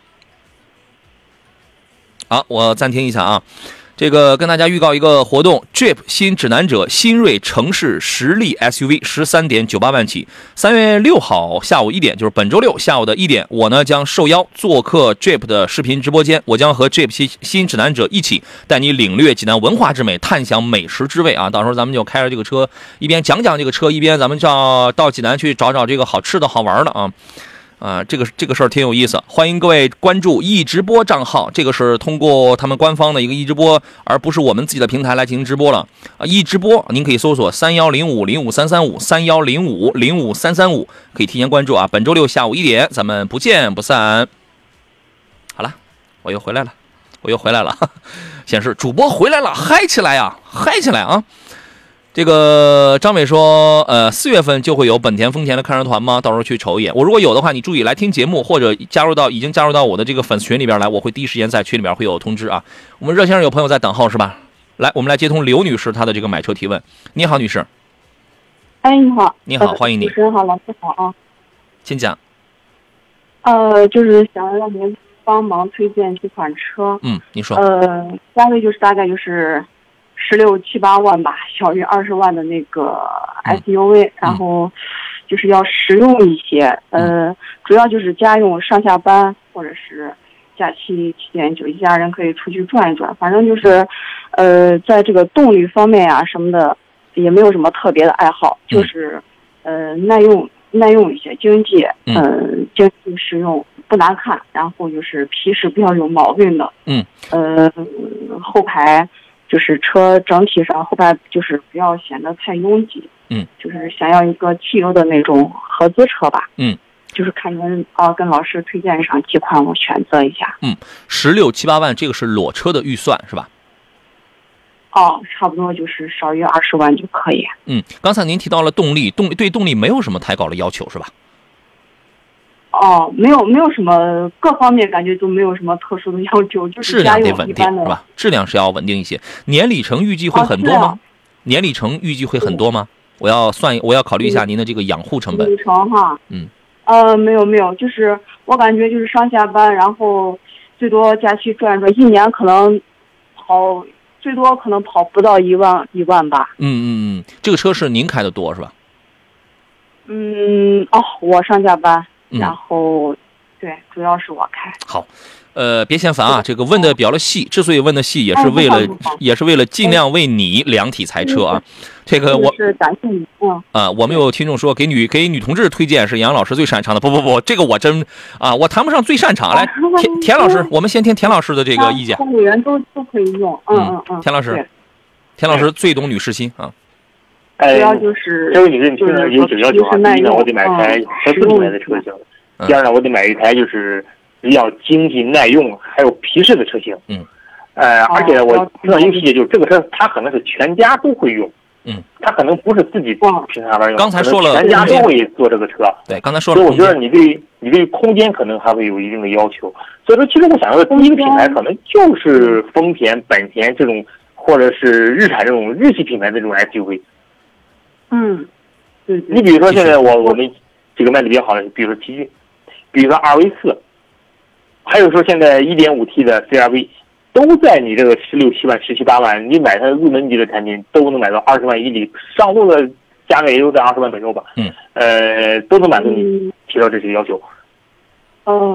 好，我暂停一下啊。这个跟大家预告一个活动 ，Jeep 新指南者新锐城市实力 S U V 十三点九八万起，三月六号下午一点，就是本周六下午的一点，我呢将受邀做客 Jeep 的视频直播间，我将和 Jeep 新新指南者一起带你领略济南文化之美，探享美食之味啊！到时候咱们就开着这个车，一边讲讲这个车，一边咱们到到济南去找找这个好吃的好玩的啊。啊，这个这个事儿挺有意思，欢迎各位关注易直播账号，这个是通过他们官方的一个易直播，而不是我们自己的平台来进行直播了。啊，易直播您可以搜索三幺零五零五三三五三幺零五零五三三五，可以提前关注啊。本周六下午一点，咱们不见不散。好了，我又回来了，我又回来了，显示主播回来了，嗨起来呀，嗨起来啊！这个张伟说，呃，四月份就会有本田、丰田的看车团吗？到时候去瞅一眼。我如果有的话，你注意来听节目，或者加入到已经加入到我的这个粉丝群里边来，我会第一时间在群里边会有通知啊。我们热线上有朋友在等候是吧？来，我们来接通刘女士她的这个买车提问。你好，女士。
哎，你好。
你好，欢迎你。
主持人好，老师好啊。
请讲。
呃，就是想让您帮忙推荐几款车。
嗯，你说。
呃，价位就是大概就是。十六七八万吧，小于二十万的那个 S U V，、嗯、然后就是要实用一些，嗯、呃，主要就是家用上下班或者是假期期间就一家人可以出去转一转，反正就是，呃，在这个动力方面啊什么的也没有什么特别的爱好，就是呃耐用耐用一些，经济，嗯、呃，经济实用不难看，然后就是皮实不要有毛病的，
嗯，
呃，后排。就是车整体上后排就是不要显得太拥挤，
嗯，
就是想要一个汽油的那种合资车吧，
嗯，
就是看您啊跟老师推荐上几款，我选择一下。
嗯，十六七八万，这个是裸车的预算是吧？
哦，差不多就是少于二十万就可以。
嗯，刚才您提到了动力，动力对动力没有什么太高的要求是吧？
哦，没有没有什么各方面感觉都没有什么特殊的要求，就是家用一般的，
是吧？质量是要稳定一些。年里程预计会很多吗？
啊、
年里程预计会很多吗？我要算，我要考虑一下您的这个养护成本。
里程哈，
嗯，
呃，没有没有，就是我感觉就是上下班，然后最多假期转转，一年可能跑最多可能跑不到一万一万吧。
嗯嗯嗯，这个车是您开的多是吧？
嗯，哦，我上下班。然后，对，主要是我开。
好，呃，别嫌烦啊，这个问的比较的细，之所以问的细，也是为了，也是为了尽量为你量体裁车啊。这个我
是感谢你，嗯。
啊，我们有听众说给女给女同志推荐是杨老师最擅长的，不不不，这个我真啊，我谈不上最擅长。来，田田老师，我们先听田老师的这个意见。
公务员都都可以用，嗯嗯嗯。
田老师，田老师最懂女士心啊。
主要就是
这位女士，你听着有几个要求啊？第一呢，我得买台合资品牌的车型；第二呢，我得买一台就是比较经济耐用还有皮实的车型。
嗯。
呃，而且我听到一个细节，就是这个车它可能是全家都会用。
嗯。
它可能不是自己平常玩用。
刚才说了，
全家都会坐这个车。
对，刚才说了。
所以我觉得你对你对空间可能还会有一定的要求。所以说，其实我想要的第一个品牌可能就是丰田、本田这种，或者是日产这种日系品牌的这种 S U V。
嗯，对。
你比如说现在我我们这个卖的比较好的，比如说奇骏，比如说 R V 四，还有说现在 一点五 T 的 C R V， 都在你这个十六七万、十七八万，你买它入门级的产品都能买到二十万以里，上路的价格也就在二十万左右吧。
嗯，
呃，都能满足你提到这些要求。
哦，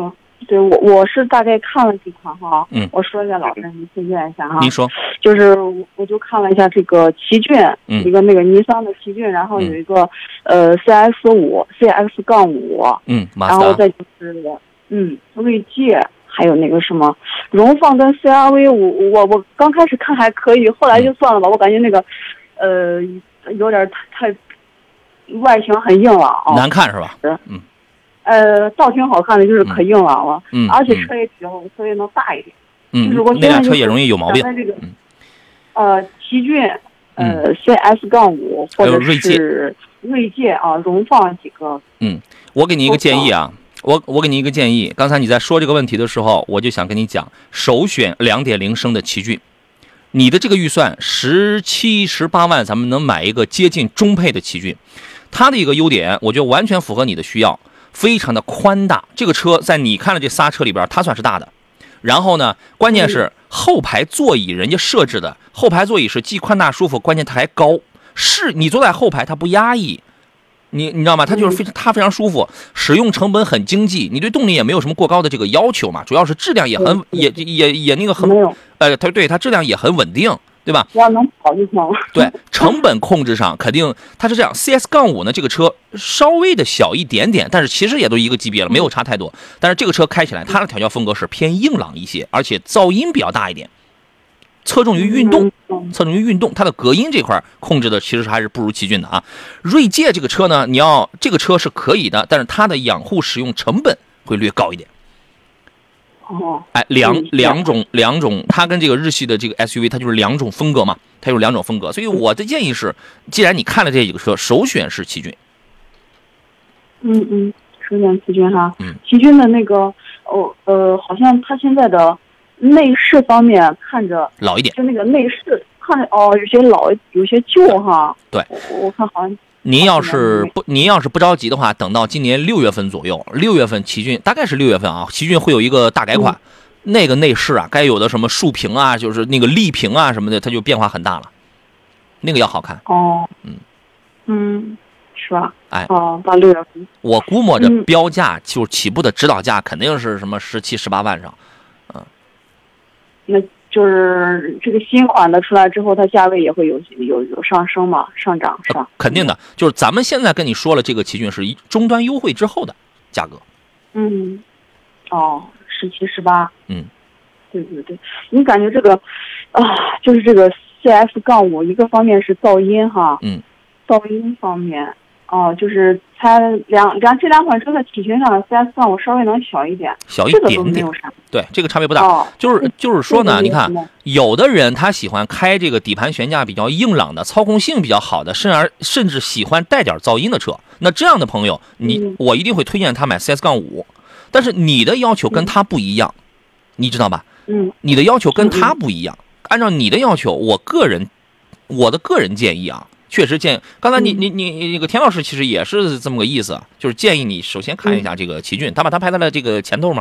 对我我是大概看了几款哈，
嗯，
我说一下老师，您推荐一下哈。
您说，
就是我就看了一下这个奇骏，
嗯，
一个那个尼桑的奇骏，然后有一个、嗯、呃 C X 五 C X 杠五，
嗯，
然后再就是嗯锐界，还有那个什么荣放跟 C R V， 我我我刚开始看还可以，后来就算了吧，嗯、我感觉那个呃有点太太外形很硬朗啊，
难看是吧？嗯。
呃，倒挺好看的，就是可硬朗了，
嗯，
而且车也比较稍微能大一点，
嗯，
就是我
那辆车也容易有毛病。
这个，呃，奇骏，呃 ，C S 杠五或者是锐界啊，荣放几个。
嗯，我给你一个建议啊，我我给你一个建议。刚才你在说这个问题的时候，我就想跟你讲，首选 两点零 升的奇骏。你的这个预算十七十八万，咱们能买一个接近中配的奇骏。它的一个优点，我觉得完全符合你的需要。非常的宽大，这个车在你看的这仨车里边，它算是大的。然后呢，关键是后排座椅，人家设置的后排座椅是既宽大舒服，关键它还高。是你坐在后排，它不压抑，你你知道吗？它就是非常它非常舒服，使用成本很经济，你对动力也没有什么过高的这个要求嘛。主要是质量也很也也也那个很呃，它对它质量也很稳定。对吧？
只要能跑就行了。
对，成本控制上肯定它是这样。C S 杠五呢，这个车稍微的小一点点，但是其实也都一个级别了，没有差太多。但是这个车开起来，它的调教风格是偏硬朗一些，而且噪音比较大一点，侧重于运动，侧重于运动。它的隔音这块控制的其实还是不如奇骏的啊。锐界这个车呢，你要这个车是可以的，但是它的养护使用成本会略高一点。
哦，
哎，两两种两种，它跟这个日系的这个 S U V， 它就是两种风格嘛，它有两种风格，所以我的建议是，既然你看了这几个车，首选是奇骏。
嗯嗯，首选奇骏哈。
嗯，
奇骏的那个哦呃，好像它现在的内饰方面看着
老一点，
就那个内饰看着哦，有些老，有些旧哈。
对，
我, 我看好像。
您要是不，您要是不着急的话，等到今年六月份左右，六月份奇骏大概是六月份啊，奇骏会有一个大改款，嗯、那个内饰啊，该有的什么竖屏啊，就是那个立屏啊什么的，它就变化很大了，那个要好看。
哦，
嗯，
嗯，是吧？
哎，
哦，到六月份，
我估摸着标价就是起步的指导价肯定是什么十七十八万上，嗯，
那。就是这个新款的出来之后，它价位也会有有有上升嘛，上涨是吧？
呃、肯定的，就是咱们现在跟你说了，这个奇骏是终端优惠之后的价格。
嗯，哦，十七十八。
嗯，
对对对，你感觉这个啊，就是这个 C S 杠五，一个方面是噪音哈，
嗯，
噪音方面。哦，就是它两两这两款车的体型上的 C S 杠五稍微能小一点，
小一点点，
这个都没有啥。
对，这个差别不大。
哦、
就是就是说呢，你看，有的人他喜欢开这个底盘悬架比较硬朗的、操控性比较好的，甚而甚至喜欢带点噪音的车。那这样的朋友，你、
嗯、
我一定会推荐他买 C S 杠五。但是你的要求跟他不一样，嗯、你知道吧？
嗯，
你的要求跟他不一样。嗯、按照你的要求，我个人我的个人建议啊。确实建议，刚才你你你那个田老师其实也是这么个意思，就是建议你首先看一下这个奇骏，他把它排在了这个前头嘛。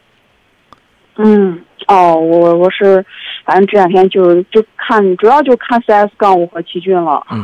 嗯，哦，我我是，反正这两天就就看，主要就看 C S 杠五和奇骏了。
嗯，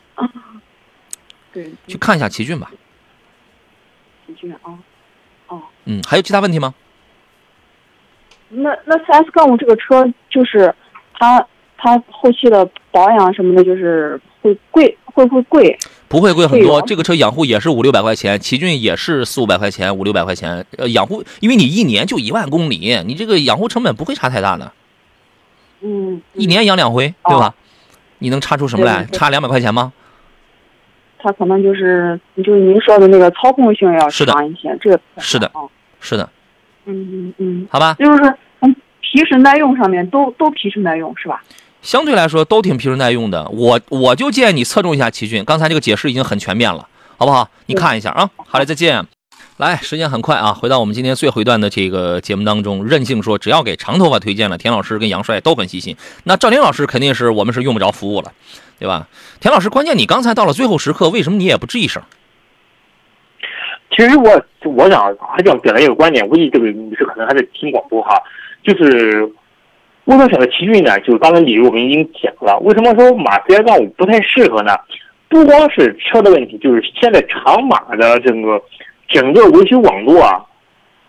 对，
去看一下奇骏吧。
奇骏啊，哦，
嗯，还有其他问题吗？
那那 C S 杠五这个车就是它它后期的保养什么的，就是会贵，会不会贵？
不会贵很多，这个车养护也是五六百块钱，奇骏也是四五百块钱，五六百块钱。呃，养护，因为你一年就一万公里，你这个养护成本不会差太大的。
嗯，
一年养两回，对吧？哦、你能差出什么来？差两百块钱吗？
它可能就是就是您说的那个操控性要强一些，这个
是的，是的，
嗯嗯嗯，
好吧，
就是从皮实耐用上面都都皮实耐用是吧？
相对来说都挺皮实耐用的，我我就建议你侧重一下奇骏。刚才这个解释已经很全面了，好不好？你看一下啊。好嘞，再见。来，时间很快啊，回到我们今天最后一段的这个节目当中。任性说，只要给长头发推荐了，田老师跟杨帅都很细心。那赵林老师肯定是我们是用不着服务了，对吧？田老师，关键你刚才到了最后时刻，为什么你也不吱一声？
其实我我想还想表达一个观点，估计这个女士可能还是听广播哈，就是为什么选择奇骏呢？就是刚才理由我们已经讲了，为什么说马 C S 杠五不太适合呢？不光是车的问题，就是现在长马的整个整个维修网络啊，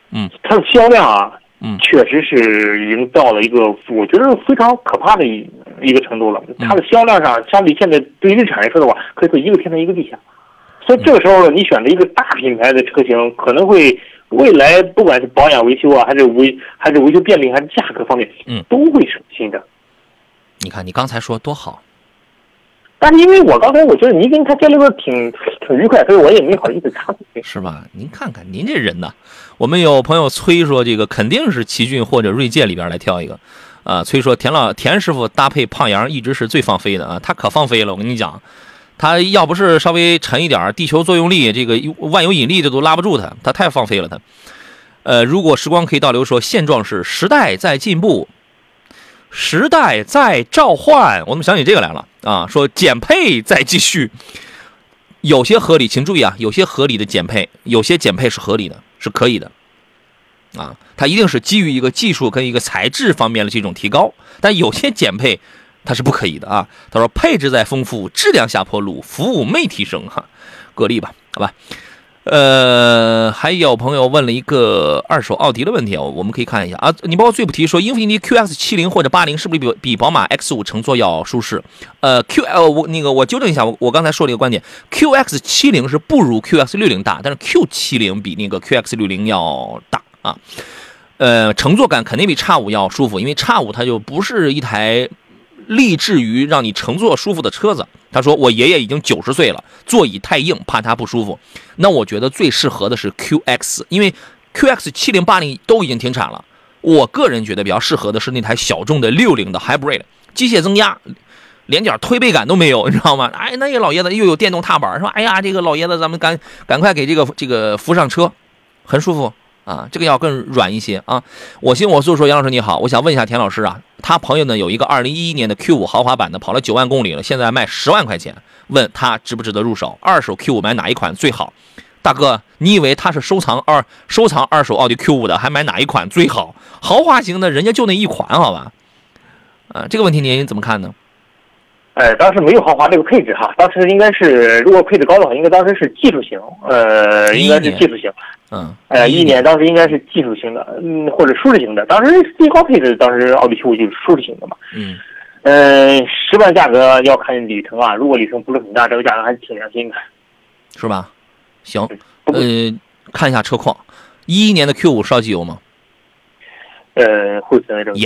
嗯，
它的销量啊，
嗯，
确实是已经到了一个我觉得非常可怕的一一个程度了。它的销量上，相比现在对于日产来说的话，可以说一个天上一个地下。所以这个时候呢，你选择一个大品牌的车型，可能会未来不管是保养维修啊，还是维还是维修便利，还是价格方面，
嗯，
都会省心的。
你看你刚才说多好。
但是因为我刚才我觉得您跟他交流的挺挺愉快，所以我也没好意思插嘴。
是吧？您看看您这人呐，我们有朋友催说这个肯定是奇骏或者锐界里边来挑一个，啊，催说田老田师傅搭配胖杨一直是最放飞的啊，他可放飞了，我跟你讲，他要不是稍微沉一点，地球作用力这个万有引力这都拉不住他，他太放飞了他。呃，如果时光可以倒流说，现状是时代在进步。时代在召唤，我怎么想起这个来了啊？说减配在继续，有些合理，请注意啊，有些合理的减配，有些减配是合理的，是可以的，啊，它一定是基于一个技术跟一个材质方面的这种提高，但有些减配它是不可以的啊。他说配置在丰富，质量下坡路，服务没提升哈，个例吧，好吧。呃，还有朋友问了一个二手奥迪的问题，我们可以看一下啊。你包括最不提说英菲尼迪 Q X 七零 或者八零是不是比比宝马 X 五 乘坐要舒适？呃 ，Q L 我那个我纠正一下，我我刚才说了一个观点 ，Q X 七零 是不如 Q X 六零大，但是 Q 七零 比那个 Q X 六零要大啊。呃，乘坐感肯定比 X 五 要舒服，因为 X 五 它就不是一台立志于让你乘坐舒服的车子。他说我爷爷已经九十岁了，座椅太硬，怕他不舒服。那我觉得最适合的是 Q X， 因为 Q X 七零、八零都已经停产了。我个人觉得比较适合的是那台小众的六零的 Hybrid， 机械增压，连点推背感都没有，你知道吗？哎，那个老爷子又有电动踏板，说哎呀，这个老爷子咱们赶赶快给这个这个扶上车，很舒服。啊，这个要更软一些啊！我行我素说，杨老师你好，我想问一下田老师啊，他朋友呢有一个二零一一年的 Q 五 豪华版的，跑了九万公里了，现在卖十万块钱，问他值不值得入手？二手 Q 五 买哪一款最好？大哥，你以为他是收藏二收藏二手奥迪 Q 五 的，还买哪一款最好？豪华型的人家就那一款，好吧？啊，这个问题您怎么看呢？
呃，当时没有豪华这个配置哈，当时应该是如果配置高的话，应该当时是技术型，呃，应该是技术型。
嗯，
呃，一年当时应该是技术型的，嗯，或者舒适型的。当时最高配置，当时奥迪 Q 五 就是舒适型的嘛。
嗯，
呃，十万价格要看里程啊，如果里程不是很大，这个价格还是挺良心的，
是吧？行，呃，看一下车况，一一年的 Q 五 烧机油吗？
呃，会存在这个。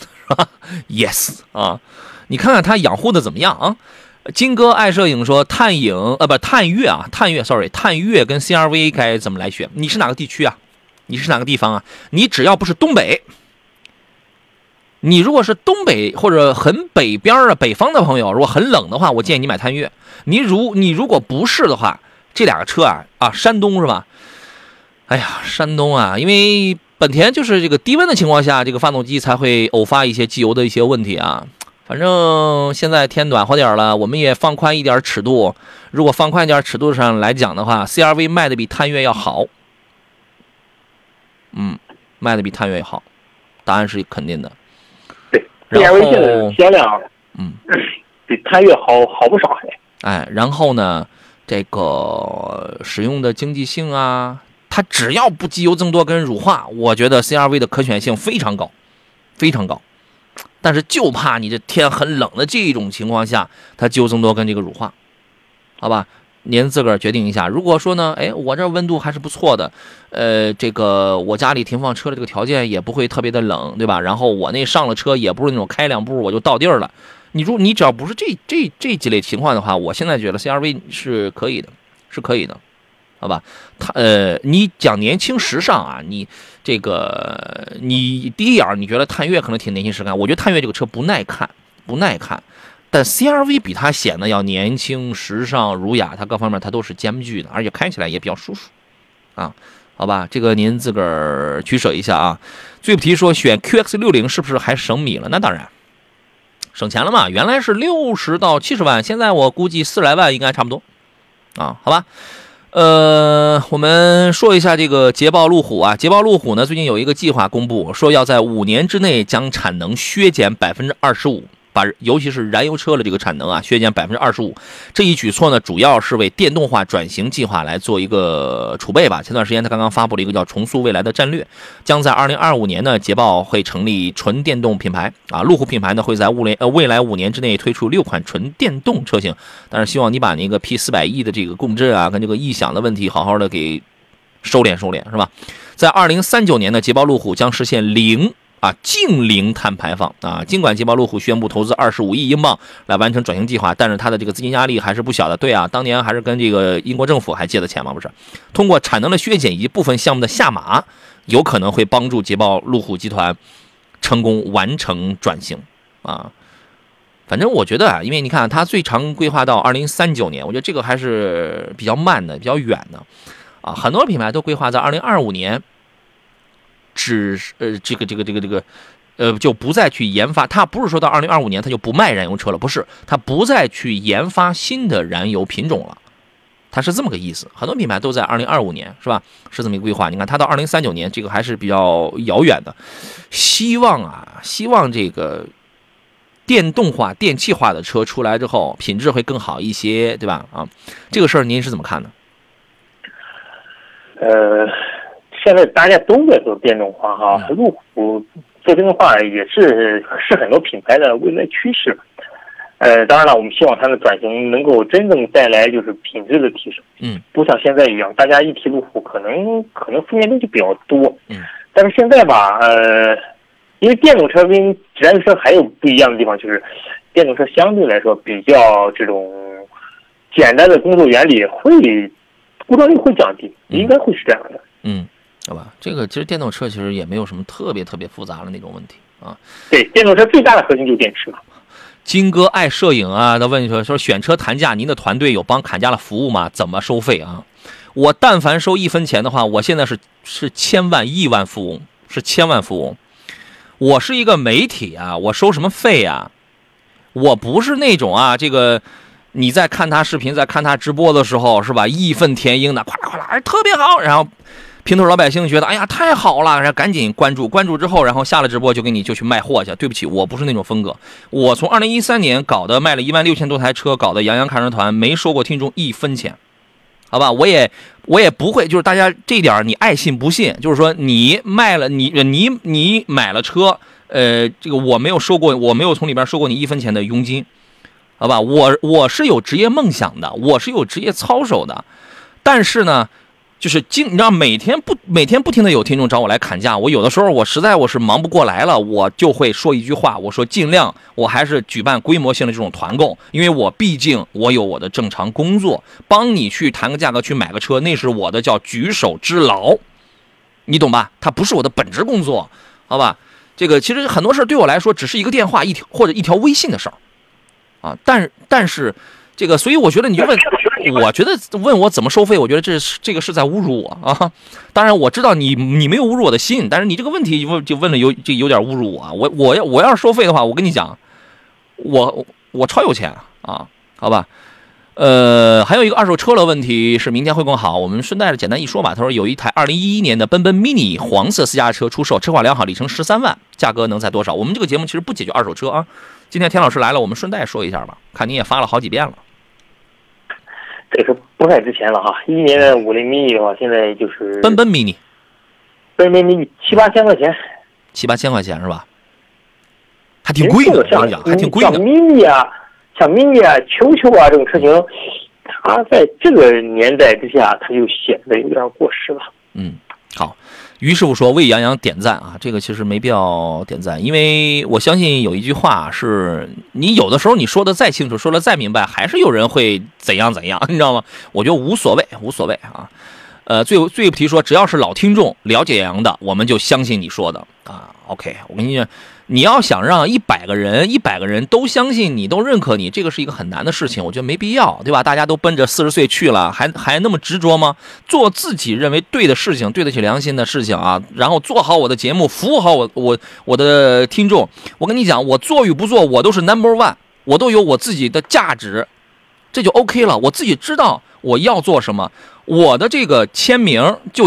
Yes，yes 啊，你看看它养护的怎么样啊？金哥爱摄影说探影呃不探岳啊探岳 sorry 探岳跟 C R V 该怎么来选？你是哪个地区啊？你是哪个地方啊？你只要不是东北，你如果是东北或者很北边的北方的朋友，如果很冷的话，我建议你买探岳。你如你如果不是的话，这两个车啊啊山东是吧？哎呀，山东啊，因为本田就是这个低温的情况下，这个发动机才会偶发一些机油的一些问题啊。反正现在天暖和点了，我们也放宽一点尺度。如果放宽一点尺度上来讲的话 ，C R V 卖的比探岳要好。嗯，卖的比探岳要好，答案是肯定的。
对 ，C R V 现在的销量，
嗯，
比探岳好好不少还。
哎，然后呢，这个使用的经济性啊，它只要不机油增多跟乳化，我觉得 C R V 的可选性非常高，非常高。但是就怕你这天很冷的这种情况下，它机油增多跟这个乳化，好吧？您自个儿决定一下。如果说呢，哎，我这温度还是不错的，呃，这个我家里停放车的这个条件也不会特别的冷，对吧？然后我那上了车也不是那种开两步我就到地儿了。你如你只要不是这这这几类情况的话，我现在觉得 C R V 是可以的，是可以的，好吧？它呃，你讲年轻时尚啊，你这个你第一眼你觉得探岳可能挺年轻时尚，我觉得探岳这个车不耐看，不耐看。但 C R V 比它显得要年轻、时尚、儒雅，它各方面它都是兼具的，而且开起来也比较舒服，啊，好吧，这个您自个儿取舍一下啊。最不提说选 Q X 六零 是不是还省米了？那当然，省钱了嘛，原来是六十到七十万，现在我估计四十来万应该差不多，啊，好吧。呃，我们说一下这个捷豹路虎啊，捷豹路虎呢最近有一个计划公布，说要在五年之内将产能削减百分之二十五。 把尤其是燃油车的这个产能啊削减百分之二十五。这一举措呢，主要是为电动化转型计划来做一个储备吧。前段时间他刚刚发布了一个叫重塑未来的战略，将在二零二五年呢，捷豹会成立纯电动品牌啊，路虎品牌呢会在未来呃未来五年之内推出六款纯电动车型。但是希望你把那个 P 四百 E 的这个共振啊跟这个异响的问题好好的给收敛收敛，是吧？在二零三九年呢，捷豹路虎将实现零啊净零碳排放啊。尽管捷豹路虎宣布投资二十五亿英镑来完成转型计划，但是它的这个资金压力还是不小的。对啊，当年还是跟这个英国政府还借的钱嘛，不是？通过产能的削减以及部分项目的下马，有可能会帮助捷豹路虎集团成功完成转型啊。反正我觉得啊，因为你看它最长规划到二零三九年，我觉得这个还是比较慢的，比较远的。啊，很多品牌都规划在二零二五年，只呃这个这个这个这个，呃就不再去研发。它不是说到二零二五年它就不卖燃油车了，不是，它不再去研发新的燃油品种了，它是这么个意思。很多品牌都在二零二五年，是吧？是这么一个规划。你看它到二零三九年，这个还是比较遥远的。希望啊，希望这个电动化、电气化的车出来之后，品质会更好一些，对吧？啊，这个事儿您是怎么看的？
呃，现在大家都在做电动化哈，路虎做电动化也是是很多品牌的未来趋势。呃，当然了，我们希望它的转型能够真正带来就是品质的提升。
嗯，
不像现在一样，大家一提路虎，可能可能负面东西比较多。
嗯，
但是现在吧，呃，因为电动车跟燃油车还有不一样的地方，就是电动车相对来说比较这种简单的工作原理会。故障率会降低，应该会是这样的。
嗯，好吧，这个其实电动车其实也没有什么特别特别复杂的那种问题啊。
对，电动车最大的核心就是电池嘛。
金哥爱摄影啊，他问说说选车谈价，您的团队有帮砍价的服务吗？怎么收费啊？我但凡收一分钱的话，我现在是是千万亿万富翁，是千万富翁。我是一个媒体啊，我收什么费啊？我不是那种啊，这个。你在看他视频，在看他直播的时候，是吧？义愤填膺的，夸啦夸啦，哎，特别好。然后平头老百姓觉得，哎呀，太好了，然后赶紧关注，关注之后，然后下了直播就给你就去卖货去。对不起，我不是那种风格。我从二零一三年搞的卖了一万六千多台车，搞的杨洋看车团，没收过听众一分钱，好吧？我也我也不会，就是大家这点你爱信不信，就是说你卖了你你你买了车，呃，这个我没有收过，我没有从里边收过你一分钱的佣金。好吧，我我是有职业梦想的，我是有职业操守的，但是呢，就是经你知道每天不每天不停的有听众找我来砍价，我有的时候我实在我是忙不过来了，我就会说一句话，我说尽量我还是举办规模性的这种团购，因为我毕竟我有我的正常工作，帮你去谈个价格去买个车，那是我的叫举手之劳，你懂吧？它不是我的本职工作，好吧？这个其实很多事对我来说只是一个电话一条或者一条微信的事儿。啊，但是但是，这个，所以我觉得你就问，我觉得问我怎么收费，我觉得这是这个是在侮辱我啊。当然我知道你你没有侮辱我的心，但是你这个问题问就问了有这有点侮辱我啊。我我要我要是收费的话，我跟你讲，我我超有钱啊，好吧。呃，还有一个二手车的问题是明天会更好，我们顺带着简单一说吧。他说有一台二零一一年的奔奔 mini 黄色私家车出售，车况良好，里程十三万，价格能在多少？我们这个节目其实不解决二手车啊。今天田老师来了，我们顺带说一下吧。看你也发了好几遍了，
这个不太值钱了哈。一年的五菱 mini 的话，现在就是
奔奔 mini，
奔奔 mini 七八千块钱，
七八千块钱是吧？还挺贵的，我跟你讲，还挺贵的。
像 mini 啊，像 mini 啊、球球啊这种车型，它在这个年代之下，它就显得有点过时了。
嗯，好。于师傅说为杨洋点赞啊，这个其实没必要点赞，因为我相信有一句话是，你有的时候你说的再清楚，说的再明白，还是有人会怎样怎样，你知道吗？我觉得无所谓，无所谓啊。呃，最最不提说，只要是老听众了解杨洋的，我们就相信你说的啊。OK， 我跟你讲，你要想让一百个人，一百个人都相信你，都认可你，这个是一个很难的事情，我觉得没必要，对吧？大家都奔着四十岁去了，还还那么执着吗？做自己认为对的事情，对得起良心的事情啊，然后做好我的节目，服务好我我我的听众。我跟你讲，我做与不做，我都是 number one， 我都有我自己的价值，这就 OK 了。我自己知道我要做什么，我的这个签名就叫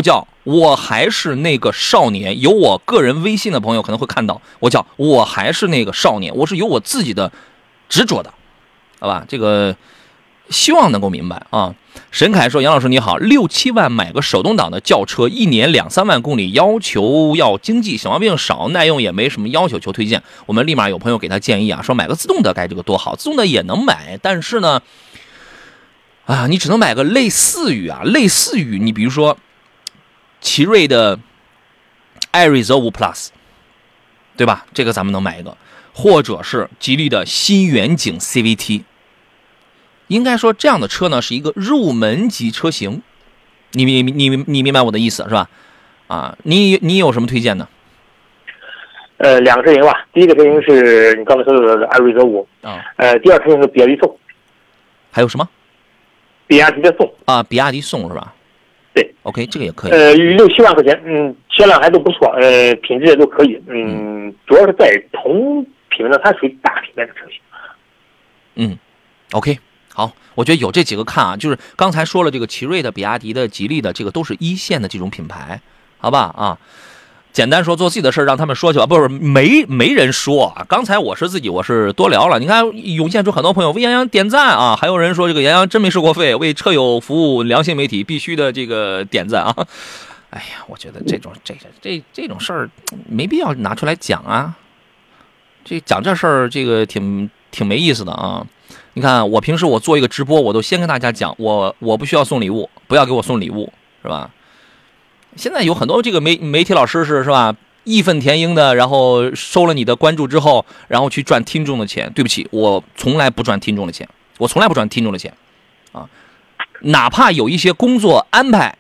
我还是那个少年，有我个人微信的朋友可能会看到，我叫我还是那个少年，我是有我自己的执着的，好吧？这个希望能够明白啊。沈凯说：“杨老师你好，六七万买个手动挡的轿车，一年两三万公里，要求要经济，小毛病少，耐用也没什么要求，求推荐。”我们立马有朋友给他建议啊，说买个自动的该这个多好，自动的也能买，但是呢，啊，你只能买个类似于啊，类似于你比如说。奇瑞的艾瑞泽五 Plus， 对吧？这个咱们能买一个，或者是吉利的新远景 C V T。应该说这样的车呢是一个入门级车型，你你你你明白我的意思是吧？啊，你你有什么推荐呢？
呃，两个车型吧，第一个车型是你刚才说的艾瑞泽五啊，呃，第二车型是比亚迪宋。
还有什么？
比亚迪的宋
啊，比亚迪宋是吧？
对
，OK， 这个也可以。
呃，六七万块钱，嗯，销量还都不错，呃，品质也都可以，嗯，主要是在同品牌的，它属于大品牌的车型。
嗯 ，OK， 好，我觉得有这几个看啊，就是刚才说了这个奇瑞的、比亚迪的、吉利的，这个都是一线的这种品牌，好吧啊。简单说，做自己的事儿，让他们说去吧。不是，没没人说啊。刚才我是自己，我是多聊了。你看，涌现出很多朋友为杨洋点赞啊，还有人说这个杨洋真没收过费，为车友服务，良心媒体必须的这个点赞啊。哎呀，我觉得这种这这这种事儿没必要拿出来讲啊。这讲这事儿，这个挺挺没意思的啊。你看，我平时我做一个直播，我都先跟大家讲，我我不需要送礼物，不要给我送礼物，是吧？现在有很多这个媒媒体老师是是吧，义愤填膺的，然后收了你的关注之后，然后去赚听众的钱。对不起，我从来不赚听众的钱，我从来不赚听众的钱，啊，哪怕有一些工作安排，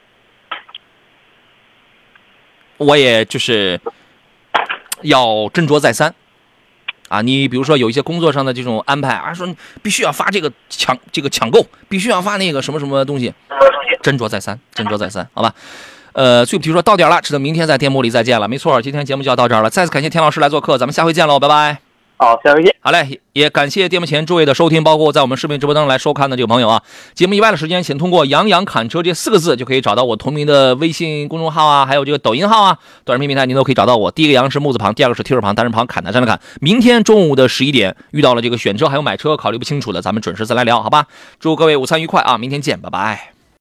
我也就是要斟酌再三。啊，你比如说有一些工作上的这种安排啊，说必须要发这个抢这个抢购，必须要发那个什么什么东西，斟酌再三，斟酌再三，好吧。呃，最不提说到点了，只能明天在电幕里再见了。没错，今天节目就要到这儿了。再次感谢田老师来做客，咱们下回见喽，拜拜。
好，下回见。
好嘞，也感谢电幕前诸位的收听，包括在我们视频直播当中来收看的这个朋友啊。节目以外的时间，请通过杨洋侃车这四个字就可以找到我同名的微信公众号啊，还有这个抖音号啊，短视频平台您都可以找到我。第一个杨是木字旁，第二个是提手旁，单人旁，侃台上的侃。明天中午的十一点，遇到了这个选车还有买车考虑不清楚的，咱们准时再来聊，好吧？祝各位午餐愉快啊，明天见，拜拜。